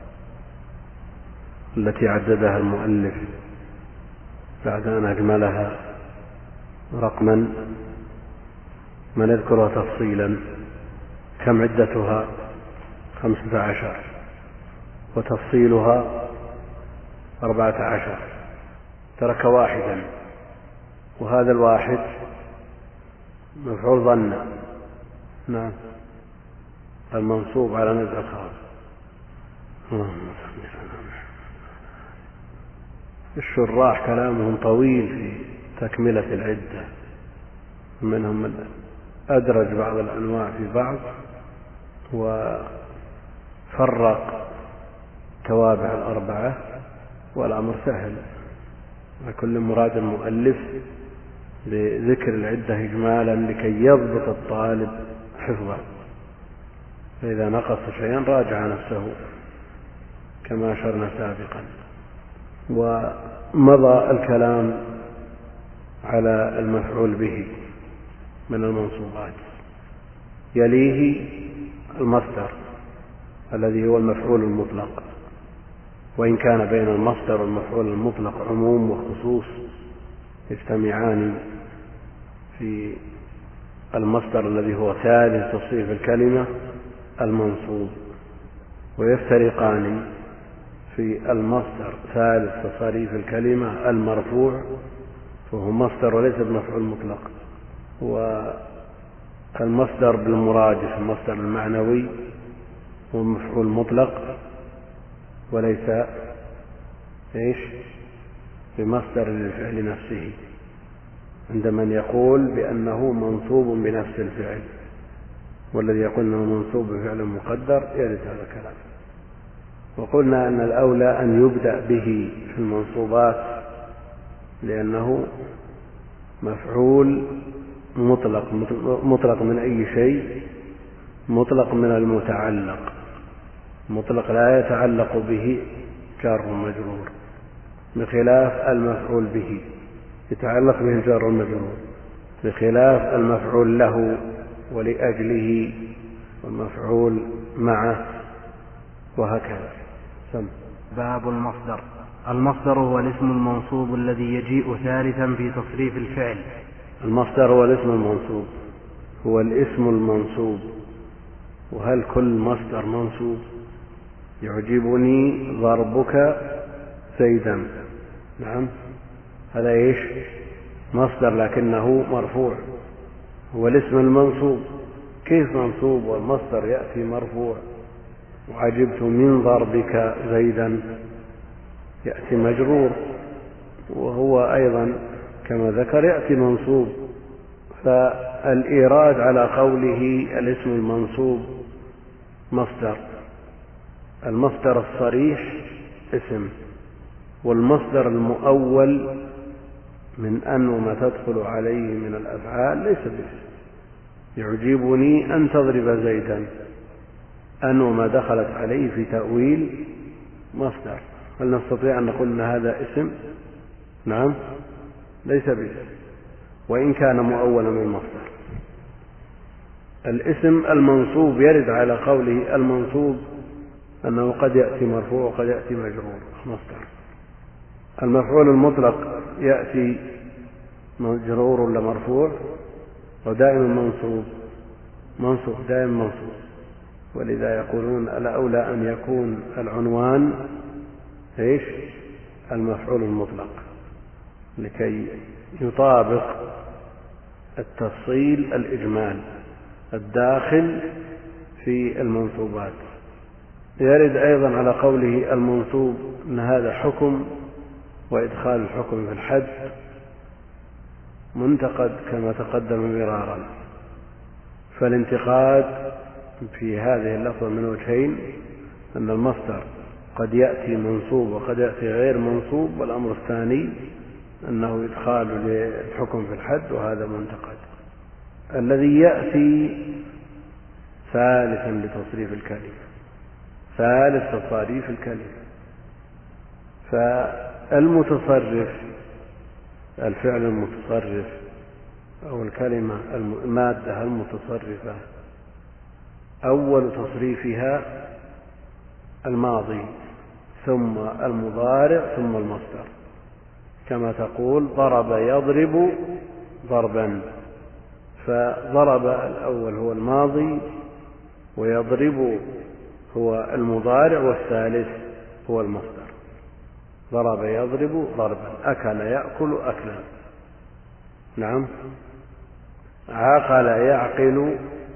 التي عددها المؤلف بعد أن أجملها رقما ونذكرها تفصيلا، كم عدتها؟ خمسة عشر، وتفصيلها أربعة عشر، ترك واحدا، وهذا الواحد مفعول ظن. نعم، المنصوب على نزع الخاص. الشراح كلامهم طويل في تكملة العدة، منهم من أدرج بعض الأنواع في بعض وفرق توابع الأربعة، والأمر سهل، وكل مراد المؤلف بذكر العدة إجمالا لكي يضبط الطالب حفظه، فإذا نقص شيئا راجع نفسه كما أشرنا سابقا. ومضى الكلام على المفعول به من المنصوبات، يليه المصدر الذي هو المفعول المطلق، وإن كان بين المصدر والمفعول المطلق عموم وخصوص يجتمعان في المصدر الذي هو ثالث تصريف الكلمة المنصوب، ويفترقان في المصدر ثالث تصريف الكلمة المرفوع، وهو مصدر وليس بمفعول مطلق، والمصدر بالمرادف المصدر المعنوي هو مفعول مطلق وليس ايش بمصدر للفعل نفسه، عند من يقول بأنه منصوب بنفس الفعل، والذي يقول أنه منصوب بفعل مقدر يرد هذا الكلام. وقلنا أن الأولى أن يبدأ به في المنصوبات، لأنه مفعول مطلق، مطلق من أي شيء، مطلق من المتعلق، مطلق لا يتعلق به جار ومجرور، بخلاف المفعول به يتعلق به الجار والمجرور، بخلاف المفعول له ولأجله والمفعول معه، وهكذا. سم. باب المصدر. المصدر هو الاسم المنصوب الذي يجيء ثالثا في تصريف الفعل. المصدر هو الاسم المنصوب، هو الاسم المنصوب. وهل كل مصدر منصوب؟ يعجبني ضربك زيدا. نعم، هذا ايش؟ مصدر لكنه مرفوع، هو الاسم المنصوب. كيف منصوب والمصدر يأتي مرفوع؟ وعجبت من ضربك زيدا يأتي مجرور، وهو أيضا كما ذكر يأتي منصوب. فالإيراد على قوله الاسم المنصوب مصدر، المصدر الصريح اسم، والمصدر المؤول من أن وما تدخل عليه من الأفعال ليس باسم. يعجبني أن تضرب زيدا، أن وما دخلت عليه في تأويل مصدر. هل نستطيع أن نقول أن هذا اسم؟ نعم، ليس باسم، وإن كان مؤولا من المصدر. الاسم المنصوب يرد على قوله المنصوب أنه قد يأتي مرفوع وقد يأتي مجرور مصدر. المفعول المطلق يأتي مجرور ولا مرفوع، ودائما منصوب، منصوب دائما منصوب. ولذا يقولون الأولى أن يكون العنوان إيش المفعول المطلق لكي يطابق التفصيل الإجمال الداخل في المنصوبات. يرد أيضا على قوله المنصوب أن هذا حكم، وإدخال الحكم في الحد منتقد كما تقدم مرارا. فالانتقاد في هذه اللفظة من وجهين: أن المصدر قد يأتي منصوب وقد يأتي غير منصوب، والأمر الثاني أنه إدخال للحكم في الحد، وهذا منتقد. الذي يأتي ثالثا لتصريف الكلمة، ثالث تصاريف الكلمة. فالمتصرف الفعل المتصرف أو الكلمة المادة المتصرفة أول تصريفها الماضي ثم المضارع ثم المصدر، كما تقول ضرب يضرب ضربا، فضرب الأول هو الماضي، ويضرب هو المضارع، والثالث هو المصدر. ضرب يضرب ضربا، أكل يأكل أكلا. نعم. عقل يعقل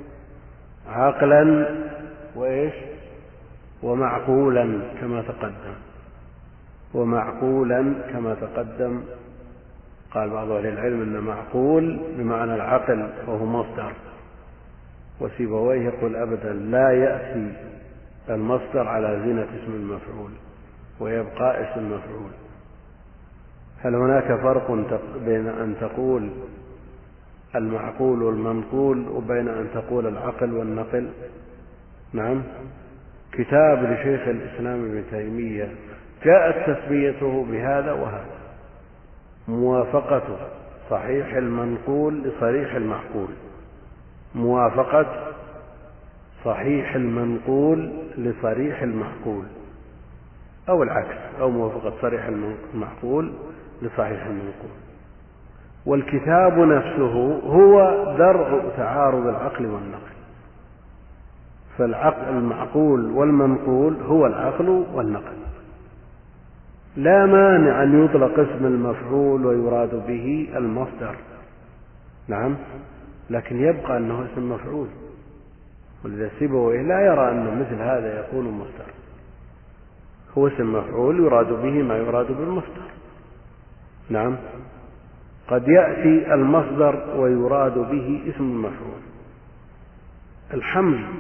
عقلا، وإيش ومعقولا كما تقدم، ومعقولا كما تقدم. قال بعض أهل العلم أن معقول بمعنى العقل وهو مصدر، وسيبويه يقول أبدا لا يأتي المصدر على زينة اسم المفعول ويبقى اسم المفعول. هل هناك فرق بين أن تقول المعقول والمنقول وبين أن تقول العقل والنقل؟ نعم. كتاب لشيخ الإسلام ابن تيمية جاءت تسميته بهذا وهذا: موافقة صحيح المنقول لصريح المعقول، موافقة صحيح المنقول لصريح المعقول، أو العكس، أو موافقة صريح المعقول لصحيح المنقول. والكتاب نفسه هو درء تعارض العقل والنقل، فالعقل المعقول والمنقول هو العقل والنقل. لا مانع أن يطلق اسم المفعول ويراد به المصدر، نعم، لكن يبقى أنه اسم مفعول. ولذا سيبويه لا يرى أن مثل هذا يكون مصدر، هو اسم مفعول يراد به ما يراد بالمصدر. نعم. قد يأتي المصدر ويراد به اسم المفعول. الحمل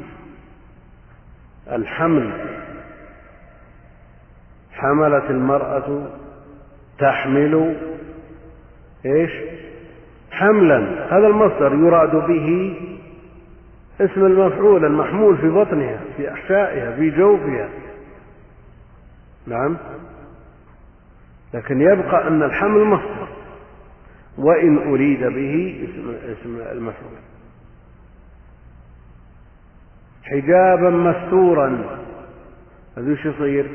الحمل حملت المرأة تحمل ايش حملا، هذا المصدر يراد به اسم المفعول المحمول في بطنها، في أحشائها، في جوفها. نعم. لكن يبقى أن الحمل مصدر، وإن أريد به اسم المفعول. حجابا مستورا، هذا ايش يصير؟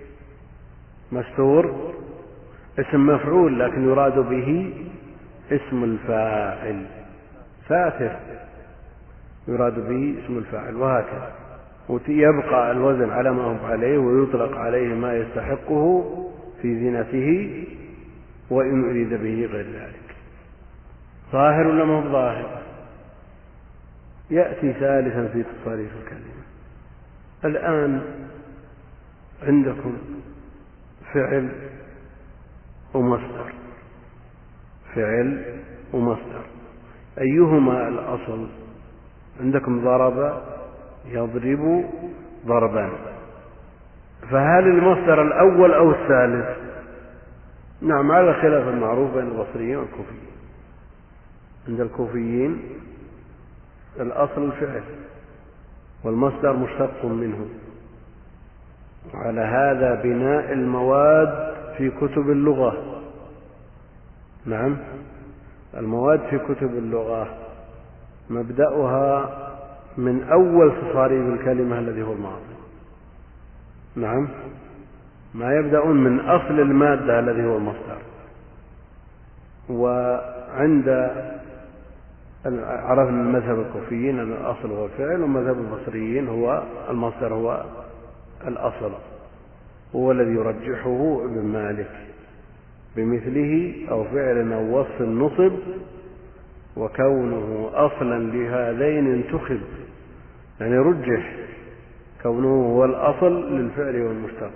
مستور اسم مفعول، لكن يراد به اسم الفاعل. ساتر يراد به اسم الفاعل، وهكذا. ويبقى الوزن على ما هو عليه، ويطلق عليه ما يستحقه في زينته، وإن أريد به غير ذلك. ظاهر ولا ما هو ظاهر؟ يأتي ثالثا في تصاريف الكلمة. الآن عندكم فعل ومصدر، فعل ومصدر، أيهما الأصل؟ عندكم ضرب يضرب ضربا، فهل المصدر الأول أو الثالث؟ نعم، على خلاف المعروف بين البصريين والكوفيين. عند الكوفيين الأصل الفعل والمصدر مشتق منه، وعلى هذا بناء المواد في كتب اللغة. نعم، المواد في كتب اللغة مبدأها من أول تصاريف الكلمة الذي هو الماضي. نعم، ما يبدأون من أصل المادة الذي هو المصدر. وعند عرفنا المذهب الكوفيين أن الأصل هو الفعل، ومذهب البصريين هو المصدر هو الأصل، هو الذي يرجحه ابن مالك بمثله أو فعل أو وصف نصب وكونه أصلا لهذين انتخب، يعني رجح كونه هو الأصل للفعل والمشتق.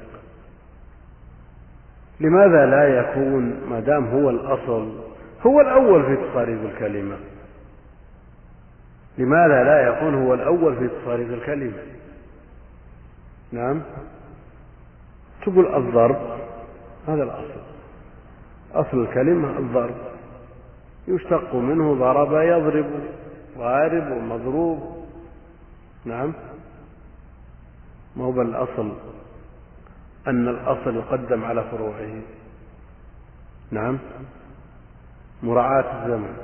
لماذا لا يكون ما دام هو الأصل هو الأول في تصاريف الكلمة؟ لماذا لا يكون هو الأول في تصاريف الكلمة؟ نعم، تقول الضرب هذا الأصل، أصل الكلمة الضرب، يشتق منه ضرب يضرب، ضارب ومضروب. نعم، ما هو بالأصل أن الأصل يقدم على فروعه. نعم، مراعاة الزمن،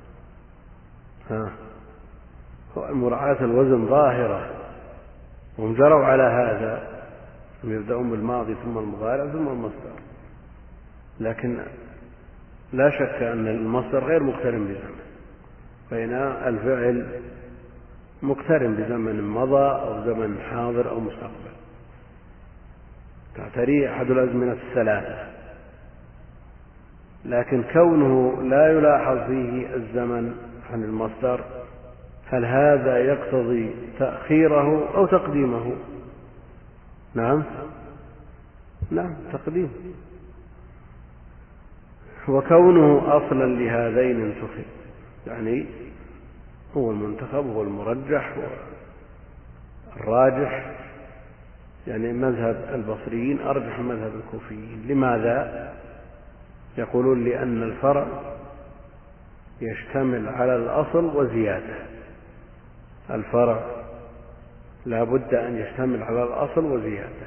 ها مراعاة الوزن ظاهرة، وهم جروا على هذا، يبدأون بالماضي ثم المضارع ثم المصدر، لكن لا شك أن المصدر غير مقترن بزمن، بين الفعل مقترن بزمن مضى أو زمن حاضر أو مستقبل، تعتريه أحد الأزمنة الثلاثة، لكن كونه لا يلاحظ فيه الزمن عن المصدر، هل هذا يقتضي تأخيره أو تقديمه؟ نعم نعم تقديم. وكونه أصلا لهذين انتخب، يعني هو المنتخب، هو المرجح، هو الراجح، يعني مذهب البصريين أرجح مذهب الكوفيين. لماذا؟ يقولون لأن الفرع يشتمل على الأصل وزيادة، الفرع لا بد أن يشتمل على الأصل وزيادة.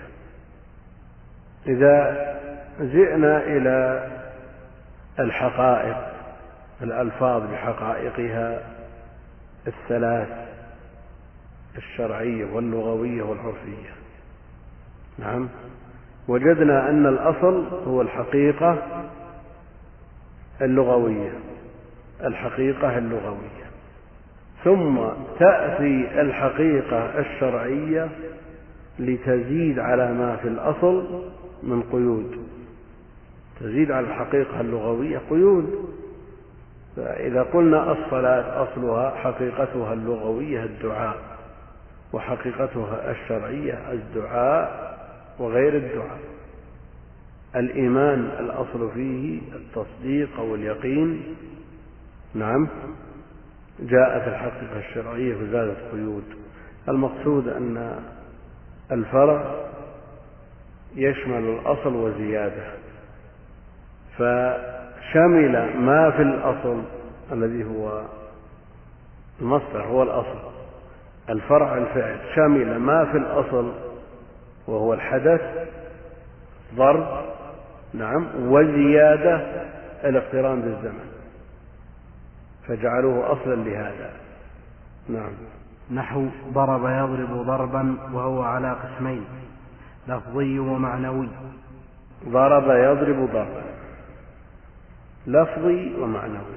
إذا جئنا إلى الحقائق، الألفاظ بحقائقها الثلاث، الشرعية واللغوية والعرفية، نعم، وجدنا أن الأصل هو الحقيقة اللغوية، الحقيقة اللغوية، ثم تأتي الحقيقة الشرعية لتزيد على ما في الأصل من قيود، تزيد على الحقيقة اللغوية قيود. فإذا قلنا الصلاة أصلها حقيقتها اللغوية الدعاء، وحقيقتها الشرعية الدعاء وغير الدعاء. الإيمان الأصل فيه التصديق أو اليقين، نعم، جاءت الحقيقة الشرعية فزادت قيود. المقصود أن الفرع يشمل الأصل وزيادة، فشمل ما في الأصل الذي هو المصدر هو الأصل، الفرع الفعل شمل ما في الأصل وهو الحدث ضرب، نعم، وزيادة الاقتران بالزمن، فجعلوه أصلا لهذا. نعم. نحو ضرب يضرب ضربا، وهو على قسمين، لفظي ومعنوي. ضرب يضرب ضربا، لفظي ومعنوي،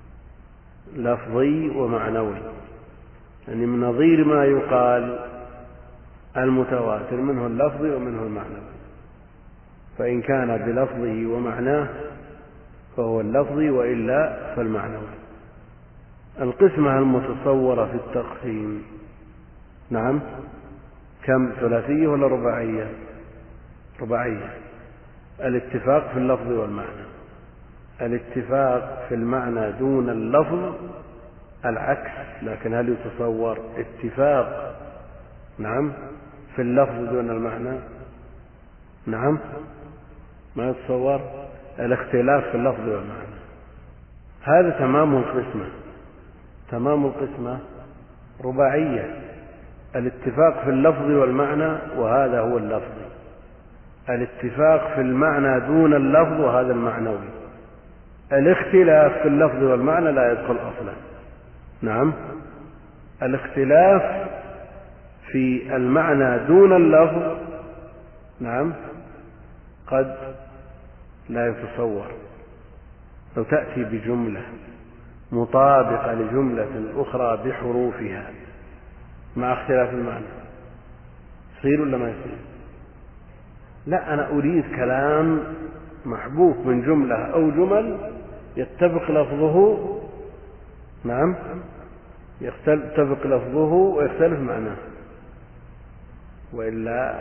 لفظي ومعنوي، يعني من نظير ما يقال المتواتر، منه اللفظي ومنه المعنوي، فإن كان بلفظه ومعناه فهو اللفظي، وإلا فالمعنوي. القسمة المتصورة في التقسيم، نعم، كم؟ ثلاثية ولا رباعية؟ رباعية. الاتفاق في اللفظ والمعنى، الاتفاق في المعنى دون اللفظ العكس، لكن هل يتصور اتفاق، نعم، في اللفظ دون المعنى؟ نعم، ما يتصور. الاختلاف في اللفظ والمعنى، هذا تمام القسمة، تمام القسمة رباعية، الاتفاق في اللفظ والمعنى وهذا هو اللفظ، الاتفاق في المعنى دون اللفظ وهذا المعنوي، الاختلاف في اللفظ والمعنى لا يدخل أصلا. نعم، الاختلاف في المعنى دون اللفظ، نعم، قد لا يتصور. لو تأتي بجملة مطابقة لجملة أخرى بحروفها مع اختلاف المعنى، يصير ولا ما يصير؟ لا، أنا أريد كلام محبوب من جملة أو جمل يتفق لفظه، نعم، يتفق لفظه ويختلف معناه، وإلا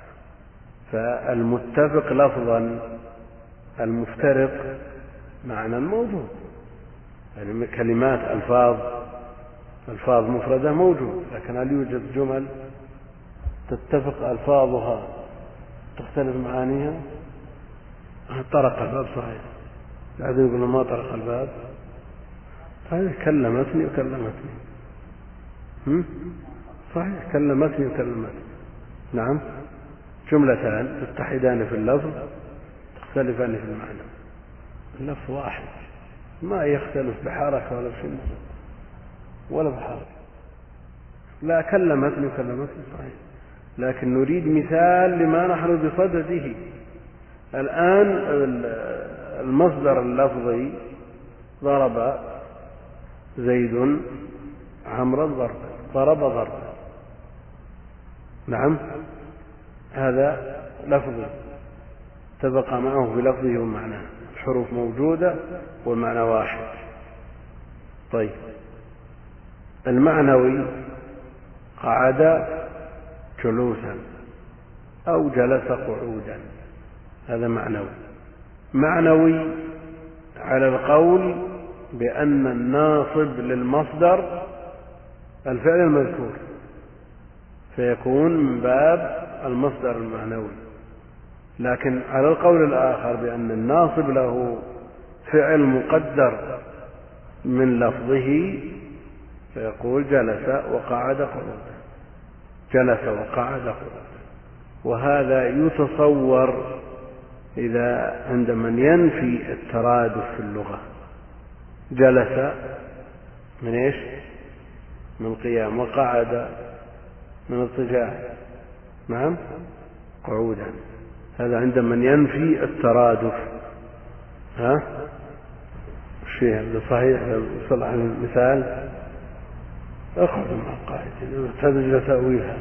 فالمتفق لفظا المفترق معنى موجود، يعني كلمات ألفاظ ألفاظ مفردة موجود، لكن هل يوجد جمل تتفق ألفاظها تختلف معانيها؟ طرق الباب صحيح، بعدين يقول ما طرق الباب، هذه كلمتني وكلمتني، هم؟ صحيح، كلمتني وكلمتني، نعم، جملتان تتحدان في اللفظ تختلفان في المعنى، اللفظ واحد ما يختلف بحركة ولا بشيء ولا بحركة. لا، كلمتني وكلمتني صحيح، لكن نريد مثال لما نحن بصدده الآن. المصدر اللفظي ضرب زيد عمرا ضربا، ضرب ضربا، نعم، هذا لفظي تبقى معه بلفظه ومعناه، الحروف موجودة والمعنى واحد. طيب، المعنوي قعد جلوسا أو جلس قعودا، هذا معنوي. معنوي على القول بأن الناصب للمصدر الفعل المذكور، فيكون من باب المصدر المعنوي. لكن على القول الآخر بأن الناصب له فعل مقدر من لفظه، فيقول جلس وقعد قعودا، جلس وقعد قعودا. وهذا يتصور إذا عند من ينفي الترادف في اللغة، جلس من إيش؟ من قيام، وقعد من اضطجاع، نعم، قعودا، هذا عند من ينفي الترادف. ها الشيء هذا صحيح؟ صلح المثال، اخذ مع القاعدة تدرج تأويلها.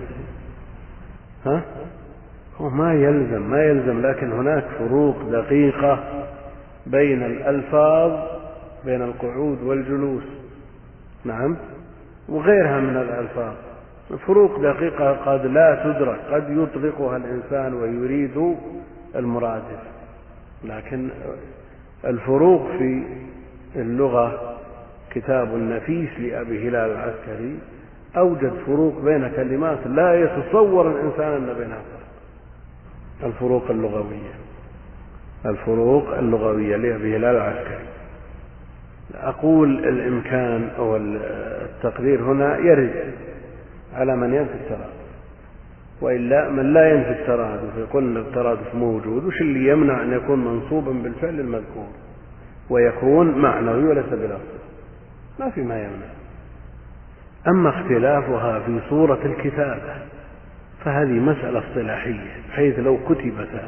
ها هو ما يلزم ما يلزم لكن هناك فروق دقيقة بين الألفاظ، بين القعود والجلوس، نعم، وغيرها من الألفاظ، فروق دقيقة قد لا تدرك، قد يطلقها الإنسان ويريد المرادف، لكن الفروق في اللغة كتاب نفيس لأبي هلال العسكري أوجد فروق بين كلمات لا يتصور الإنسان أن بينها فرق. الفروق اللغوية الفروق اللغوية لأبي هلال العسكري. أقول الإمكان أو التقدير هنا يرد على من ينفي الترادف، وإلا من لا ينفي الترادف يقول أن الترادف موجود، وش اللي يمنع أن يكون منصوبا بالفعل المذكور ويكون معنوي وليس بلفظ؟ ما في ما يمنع. أما اختلافها في صورة الكتابة فهذه مسألة اصطلاحية، حيث لو كتبتا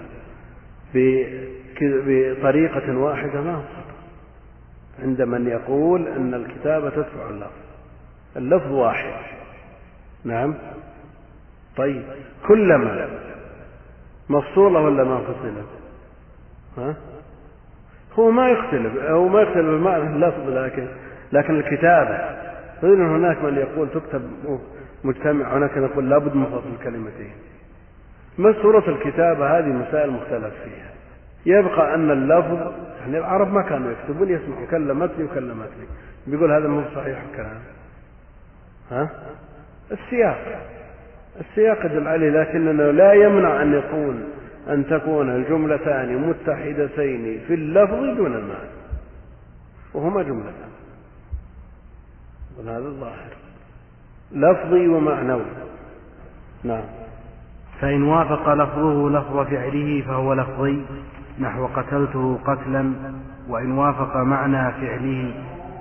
بطريقة واحدة ما تصدق. عند من يقول أن الكتابة تدفع اللفظ، اللفظ واحد، نعم. طيب، كلما مفصولة ولا ما فصلت؟ ها هو ما يختلف أو ما يختلف بمعنى اللفظ، لكن لكن الكتابة غير. هناك من يقول تكتب مجتمع، هناك من يقول لابد من فصل الكلمتين. ما صورة الكتابة؟ هذه مسائل مختلف فيها. يبقى أن اللفظ، يعني العرب ما كانوا يكتبون، يسمعوا كلمتني وكلمتني، بيقول هذا مو صحيح الكلام. ها السياق السياق يدل عليه، لكننا لا يمنع أن يكون أن تكون الجملتان متحدتين في اللفظ دون المعنى، وهما جملتان، وهذا الظاهر لفظي ومعنوي. نعم. فإن وافق لفظه لفظ فعله فهو لفظي، نحو قتلته قتلا. وإن وافق معنى فعله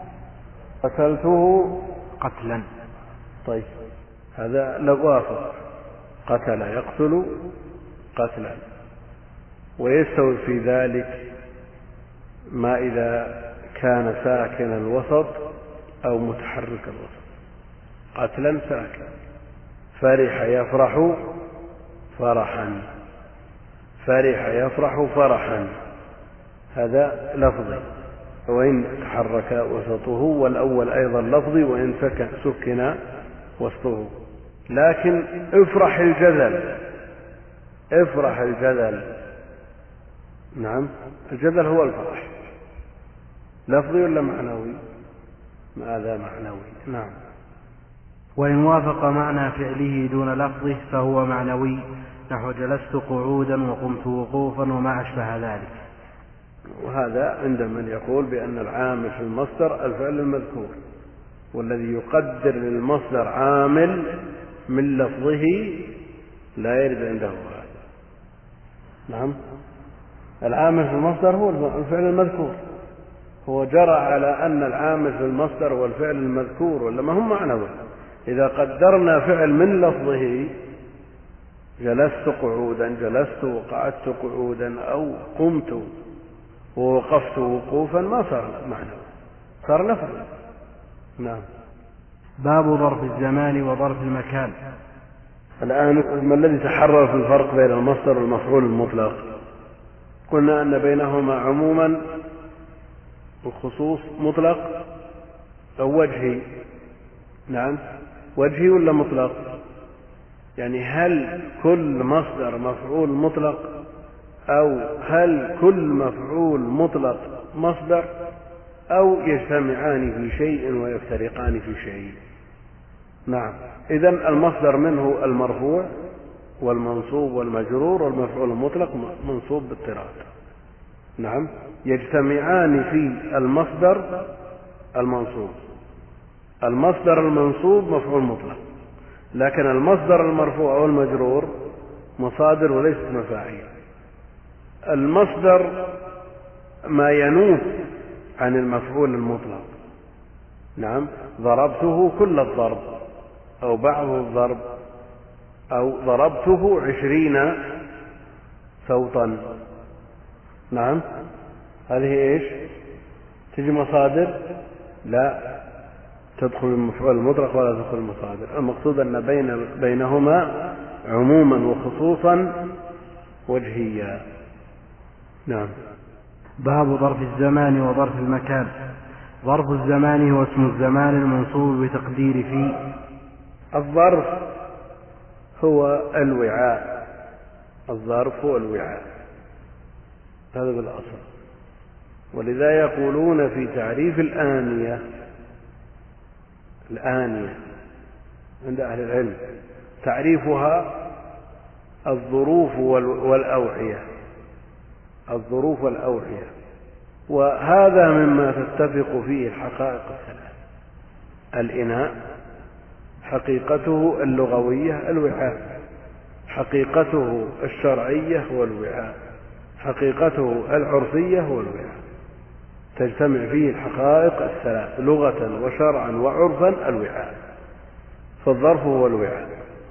قتلته قتلا. طيب، هذا لو وافق قتل يقتل قتلا. ويستوي في ذلك ما إذا كان ساكن الوسط أو متحرك الوسط. قتلا ساكن. فرح يفرح فرحا، فرح يفرح فرحا، هذا لفظي وإن تحرك وسطه، والأول أيضا لفظي وإن سكن وسطه. لكن افرح الجذل، افرح الجذل، نعم الجذل هو الفرح، لفظي ولا معنوي؟ ماذا معنوي؟ نعم. وإن وافق معنى فعله دون لفظه فهو معنوي، نحو جلست قعودا وقمت وقوفا وما أشبه ذلك. وهذا عند من يقول بأن العامل في المصدر الفعل المذكور، والذي يقدر للمصدر عامل من لفظه لا يرد عنده هذا. نعم، العامل في المصدر هو الفعل المذكور، هو جرى على أن العامل في المصدر هو الفعل المذكور، ولا ما هم معنوي. إذا قدرنا فعل من لفظه جلست قعودا، جلست وقعدت قعودا، أو قمت ووقفت وقوفا، ما صار معنوي، صار لفظ. نعم. باب ظرف الزمان وظرف المكان. الآن ما الذي تحرر في الفرق بين المصدر والمفعول المطلق؟ قلنا أن بينهما عموما وخصوص مطلق أو وجهي. نعم، وجهي ولا مطلق؟ يعني هل كل مصدر مفعول مطلق، أو هل كل مفعول مطلق مصدر، أو يجتمعان في شيء ويفترقان في شيء؟ نعم. إذن المصدر منه المرفوع والمنصوب والمجرور، والمفعول المطلق منصوب بالطراد. نعم، يجتمعان في المصدر المنصوب. المصدر المنصوب مفعول مطلق، لكن المصدر المرفوع والمجرور مصادر وليست مفاعيل. المصدر ما ينوب عن المفعول المطلق. نعم، ضربته كل الضرب أو بعض الضرب، أو ضربته عشرين صوتا. نعم، هذه إيش؟ تجي مصادر؟ لا تدخل المفعول المطلق ولا تدخل المصادر. المقصود أن بين بينهما عموما وخصوصا وجهيا. نعم. باب ظرف الزمان وظرف المكان. ظرف الزمان هو اسم الزمان المنصوب بتقدير في. الظرف هو الوعاء، الظرف هو الوعاء، هذا بالأصل. ولذا يقولون في تعريف الآنية، الآنية عند أهل العلم تعريفها الظروف والأوعية، الظروف والأوعية. وهذا مما تتفق فيه الحقائق الثلاث. الإناء حقيقته اللغوية الوعاء، حقيقته الشرعية هو الوعاء، حقيقته العرفية هو الوعاء. تجتمع فيه الحقائق الثلاث لغة وشرعا وعرفا، الوعاء. فالظرف هو الوعاء.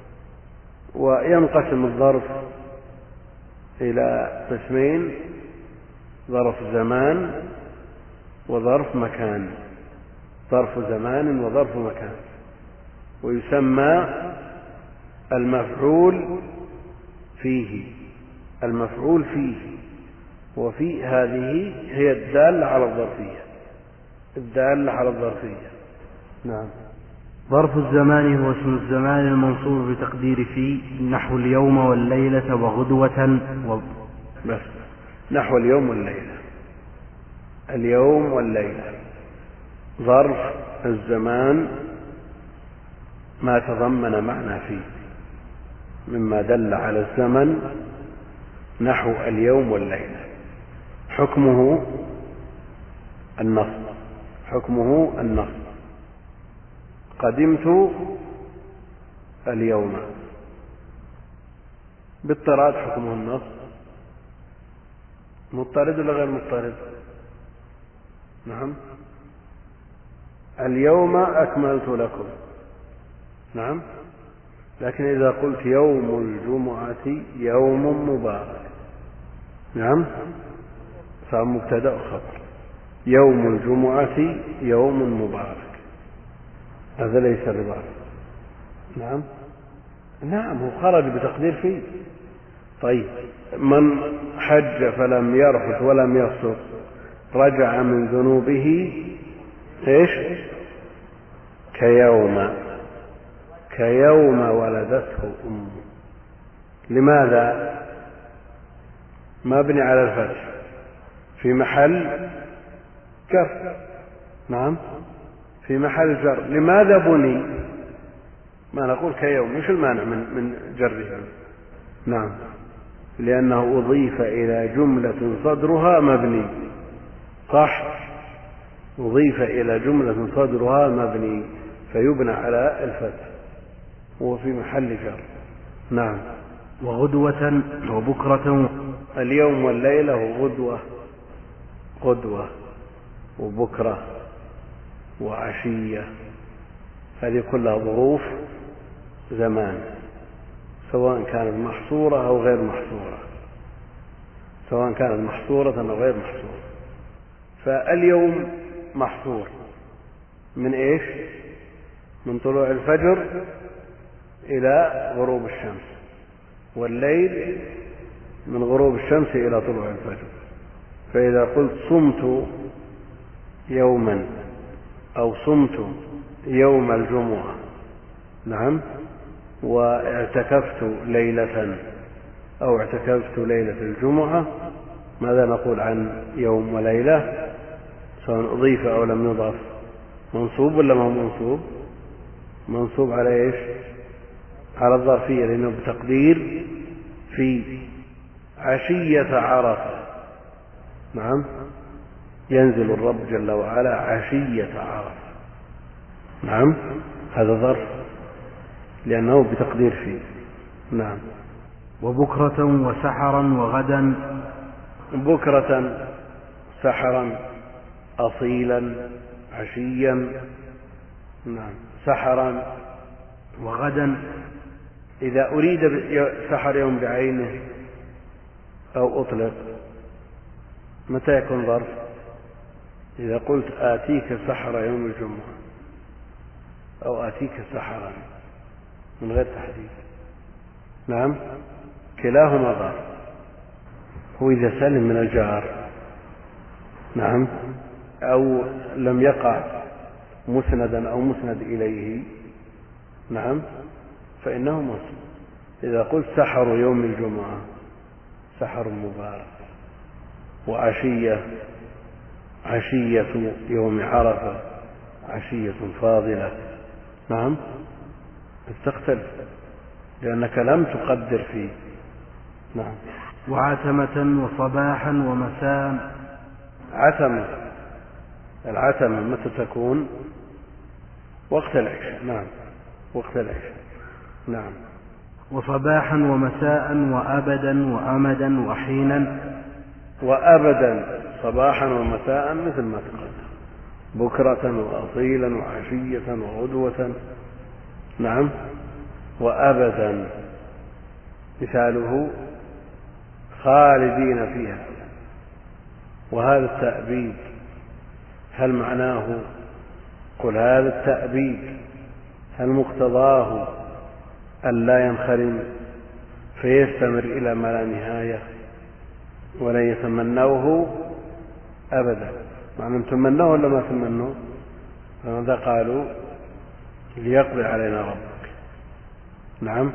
وينقسم الظرف إلى قسمين: ظرف زمان وظرف مكان. ظرف زمان وظرف مكان. ويسمى المفعول فيه، المفعول فيه، وفي هذه هي الدالة على الظرفية، الدالة على الظرفية. نعم. ظرف الزمان هو اسم الزمان المنصوب بتقدير في، نحو اليوم والليلة وغدوة و... بس نحو اليوم والليلة، اليوم والليلة. ظرف الزمان ما تضمن معنى فيه مما دل على الزمن، نحو اليوم والليلة. حكمه النصب، حكمه النصب. قدمت اليوم، بالطراد حكمه النصب. مضطرد ولا غير مضطرد؟ نعم. اليوم أكملت لكم، نعم. لكن إذا قلت يوم الجمعة يوم مبارك، نعم، صار مبتدأ وخبر. يوم الجمعة يوم مبارك، هذا ليس ربا. نعم نعم هو خرج بتقدير فيه. طيب من حج فلم يرفث ولم يفسق رجع من ذنوبه ايش؟ كيوم كيوم ولدته أمه. لماذا؟ مبني على الفتح في محل جر. نعم في محل جر. لماذا بني؟ ما نقول كيوم، مش المانع من من جره؟ نعم لأنه أضيف إلى جملة صدرها مبني. صح، أضيف إلى جملة صدرها مبني فيبنى على الفتح هو في محل جر. نعم. وغدوة وبكرة. اليوم والليلة وغدوة غدوة وبكرة وعشية، هذه كلها ظروف زمان سواء كانت محصورة أو غير محصورة، سواء كانت محصورة أو غير محصورة. فاليوم محصور من إيش؟ من طلوع الفجر إلى غروب الشمس، والليل من غروب الشمس إلى طلوع الفجر. فإذا قلت صمت يوما أو صمت يوم الجمعة، نعم، واعتكفت ليلة أو اعتكفت ليلة الجمعة، ماذا نقول عن يوم وليلة؟ سواء أضيف أو لم يضاف منصوب ولا ما هو منصوب؟ منصوب على إيش؟ على الظرفية، لأنه بتقدير في عشية عرفة. نعم ينزل الرب جل وعلا عشية عرفة. نعم هذا ظرف لأنه بتقدير فيه. نعم. وبكرة وسحرا وغدا. بكرة سحرا أصيلا عشيا. نعم. سحرا وغدا إذا أريد سحر يوم بعينه أو أطلق متى يكون ظرف؟ إذا قلت آتيك سحر يوم الجمعة أو آتيك سحرا من غير تحديد. نعم كلاهما ظرف. هو إذا سلم من الجار، نعم، أو لم يقع مسندا أو مسند إليه، نعم، فإنه منصوب. إذا قلت سحر يوم الجمعة سحر مبارك، وعشية عشية يوم عرفة عشية فاضلة، نعم، تختلف لأنك لم تقدر فيه. نعم. وعتمة وصباحا ومساء. عتمة، العتمة متى تكون؟ وقت العشاء. نعم وقت العشاء. نعم. وصباحا ومساء وأبدا وأمدا وحينا. وأبدا صباحا ومساء مثل ما تقدم، بكرة وأصيلا وعشية وغدوة. نعم. وأبدا مثاله خالدين فيها. وهذا التأبيد هل معناه، قل هذا التأبيد هل مقتضاه أن لا ينخرم فيستمر إلى ما لا نهاية ولن يتمنوه أبدا؟ معنى تمنوه ولا ما تمنوه؟ فماذا قالوا؟ ليقضي علينا ربك. نعم.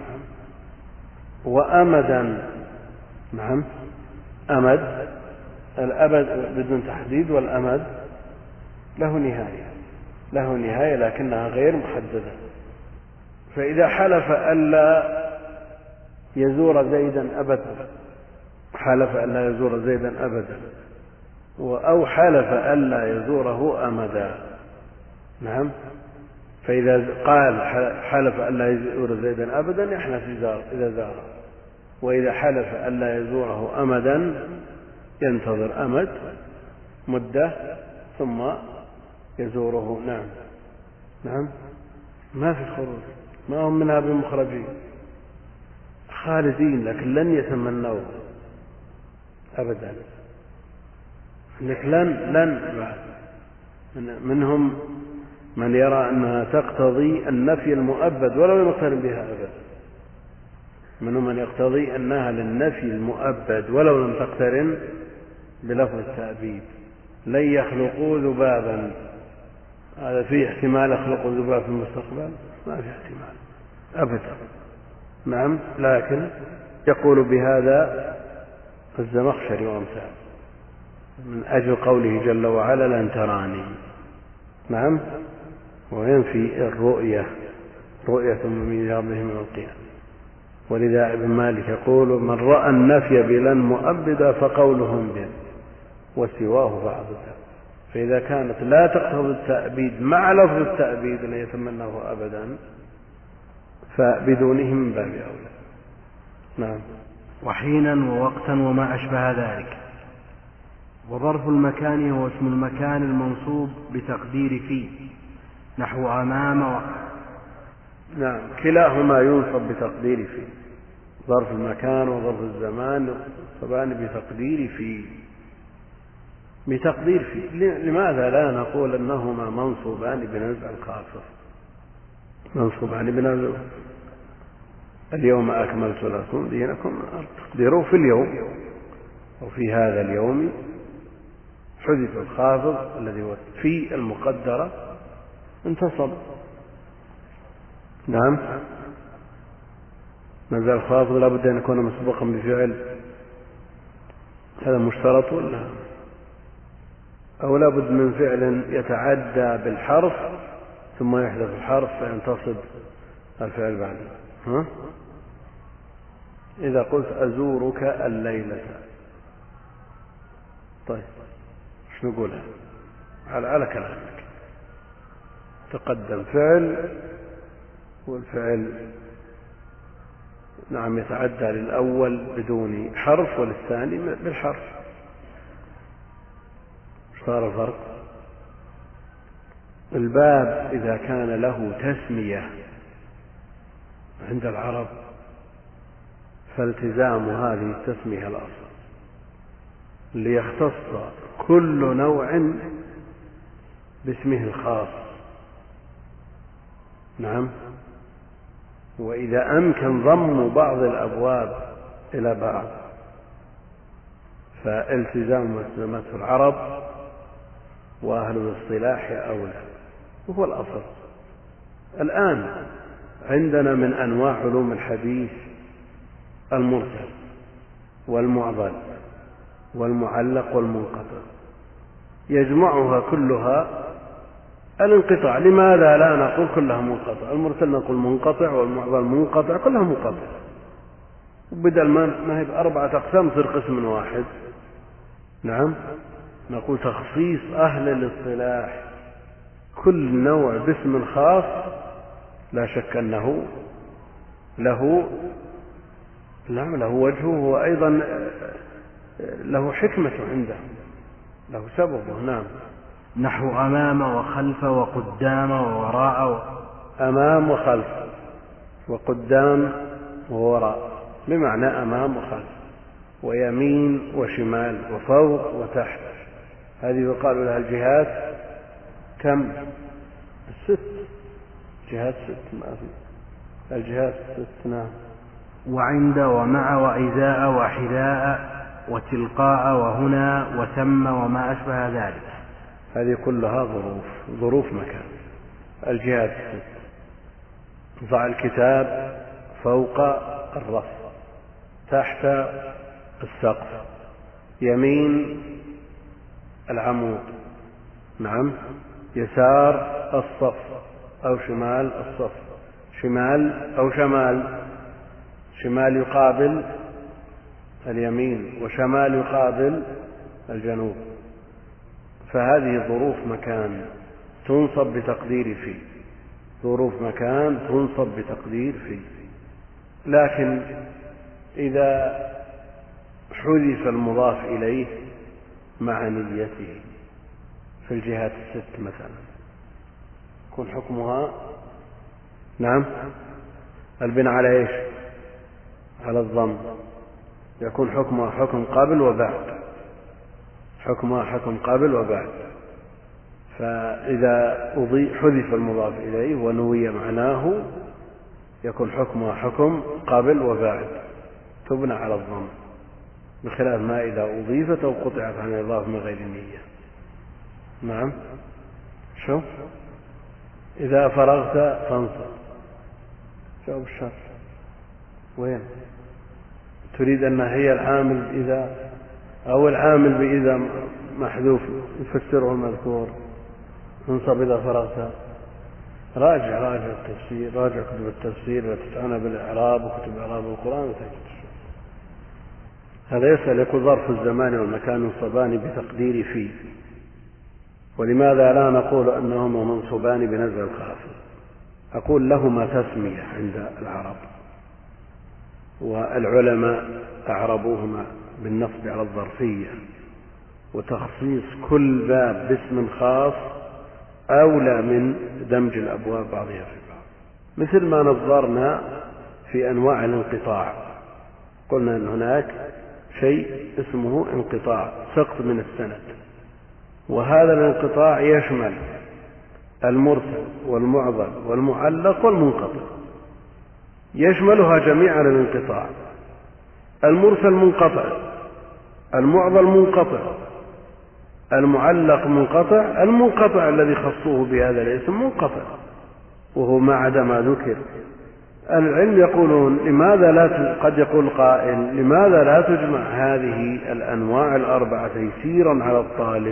وأمدا، نعم، أمد الأبد بدون تحديد، والأمد له نهاية، له نهاية لكنها غير محددة. فإذا حلف ألا يزور زيدا أبدا، حلف ألا يزور زيدا أبدا، أو حلف ألا يزوره أمدا، نعم، فإذا قال حلف ألا يزور زيدا أبدا يحنث إذا زاره، وإذا حلف ألا يزوره أمدا ينتظر أمد مدة ثم يزوره. نعم. نعم ما في خروج، ما هم منها بمخرجين، خالدين لكن لن يتمنوه أبدا، لك لن لن منهم من يرى أنها تقتضي النفي المؤبد ولو لم يقترن بها أبدا، منهم من يقتضي أنها للنفي المؤبد ولو لم تقترن بلفظ التأبيد. لن يخلقوا ذبابا، هذا فيه احتمال يخلقوا ذباب في المستقبل؟ ما في احتمال أبدا. نعم، لكن يقول بهذا الزمخشري وأمثاله من أجل قوله جل وعلا لن تراني. نعم، وينفي الرؤية، رؤية من ربهم يوم القيامة. ولذا ابن مالك يقول من رأى النفي بلن مؤبدا فقولهم بل وسواه بعضها. فإذا كانت لا تقتضي التأبيد مع لفظ التأبيد لا يتمناه أبدا فبدونهم من باب أولى. نعم. وحينا ووقتا وما أشبه ذلك. وظرف المكان هو اسم المكان المنصوب بتقدير فيه، نحو أمام و... نعم، كلاهما ينصب بتقدير فيه، ظرف المكان وظرف الزمان ينصبان بتقدير فيه، بتقدير فيه. لماذا لا نقول أنهما منصوبان بنزع الخافض؟ منصوبان بنزع اليوم أكملت لكم دينكم، تقديره في اليوم وفي هذا اليوم حذف الخافض الذي هو في المقدرة انتصب. نعم، نزع الخافض لا بد أن يكون مسبوقا بفعل، هذا مشترط ولا أو لا بد من فعل يتعدى بالحرف ثم يحذف الحرف فينتصب الفعل بعده؟ ها؟ إذا قلت أزورك الليلة، طيب ايش نقولها على على كلامك؟ تقدم فعل والفعل نعم يتعدى للأول بدون حرف وللثاني بالحرف، صار الفرق. الباب إذا كان له تسمية عند العرب فالتزام هذه التسمية الأصل ليختص كل نوع باسمه الخاص. نعم، وإذا أمكن ضم بعض الأبواب إلى بعض فالتزام مسلمات العرب وأهل الاصطلاح أولى، وهو الأصل. الآن عندنا من أنواع علوم الحديث المرسل والمعضل والمعلق والمنقطع، يجمعها كلها الانقطاع. لماذا لا نقول كلها منقطع؟ المرسل نقول منقطع والمعضل منقطع، كلها منقطع، بدل ما هي بأربعة أقسام تصير قسم واحد. نعم، نقول تخصيص أهل الاصطلاح كل نوع باسم خاص لا شك أنه له نعم له وجهه وأيضا له حكمة عنده، له سببه. نعم، نحو أمام وخلف وقدام ووراء و... أمام وخلف وقدام ووراء بمعنى أمام وخلف ويمين وشمال وفوق وتحت، هذه يقال لها الجهات كم؟ الست، جهات ست، ما في الجهات ست. نعم، وعند ومع وإزاء وحذاء وتلقاء وهنا وثم وما أشبه ذلك، هذه كلها ظروف ظروف مكان. الجهات الست، ضع الكتاب فوق الرف تحت السقف، يمين العمود، نعم، يسار الصف أو شمال الصف، شمال أو شمال، شمال يقابل اليمين وشمال يقابل الجنوب. فهذه ظروف مكان تنصب بتقدير فيه، ظروف مكان تنصب بتقدير فيه. لكن إذا حذف المضاف إليه مع نيته في الجهات الست مثلا يكون حكمها نعم البناء على ايش؟ على الضم، يكون حكمها حكم قبل وبعد، حكمها حكم قبل وبعد. فإذا حذف المضاف إليه ونوي معناه يكون حكمها حكم قبل وبعد، تبنى على الضم، بخلاف ما إذا أضيفت أو قطعت عن الإضافة من غير نية. نعم. شو إذا فرغت فانصب، جواب الشرط. وين تريد أن هي العامل إذا أو العامل بإذا محذوف يفسره المذكور؟ انصب إذا فرغت. راجع راجع التفسير، راجع كتب التفسير وتتعنى بالإعراب وكتب إعراب القرآن وتجد. هذا يسأل يقول ظرف الزمان والمكان منصبان بتقدير فيه، ولماذا لا نقول أنهما منصوبان بنزع الخافض؟ أقول لهما تسمية عند العرب، والعلماء أعربوهما بالنصب على الظرفية، وتخصيص كل باب باسم خاص أولى من دمج الأبواب بعضها في بعض، مثل ما نظرنا في أنواع الانقطاع. قلنا أن هناك شيء اسمه انقطاع، سقط من السند، وهذا الانقطاع يشمل المرسل والمعضل والمعلق والمنقطع، يشملها جميعا الانقطاع. المرسل منقطع، المعضل منقطع، المعلق منقطع، المنقطع الذي خصوه بهذا الاسم منقطع، وهو ما عدا ما ذكر. العلم يقولون لماذا لا قد يقول قائل لماذا لا تجمع هذه الأنواع الأربعة تيسيرا على الطالب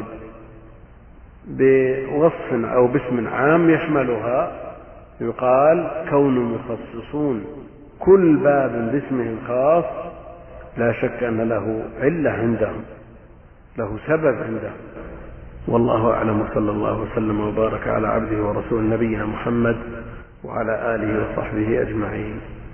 بوصف أو باسم عام يشملها؟ يقال كون يخصصون كل باب باسمه الخاص لا شك أن له علة عندهم، له سبب عندهم. والله أعلم، صلى الله وسلم وبارك على عبده ورسول نبينا محمد وعلى آله وصحبه أجمعين.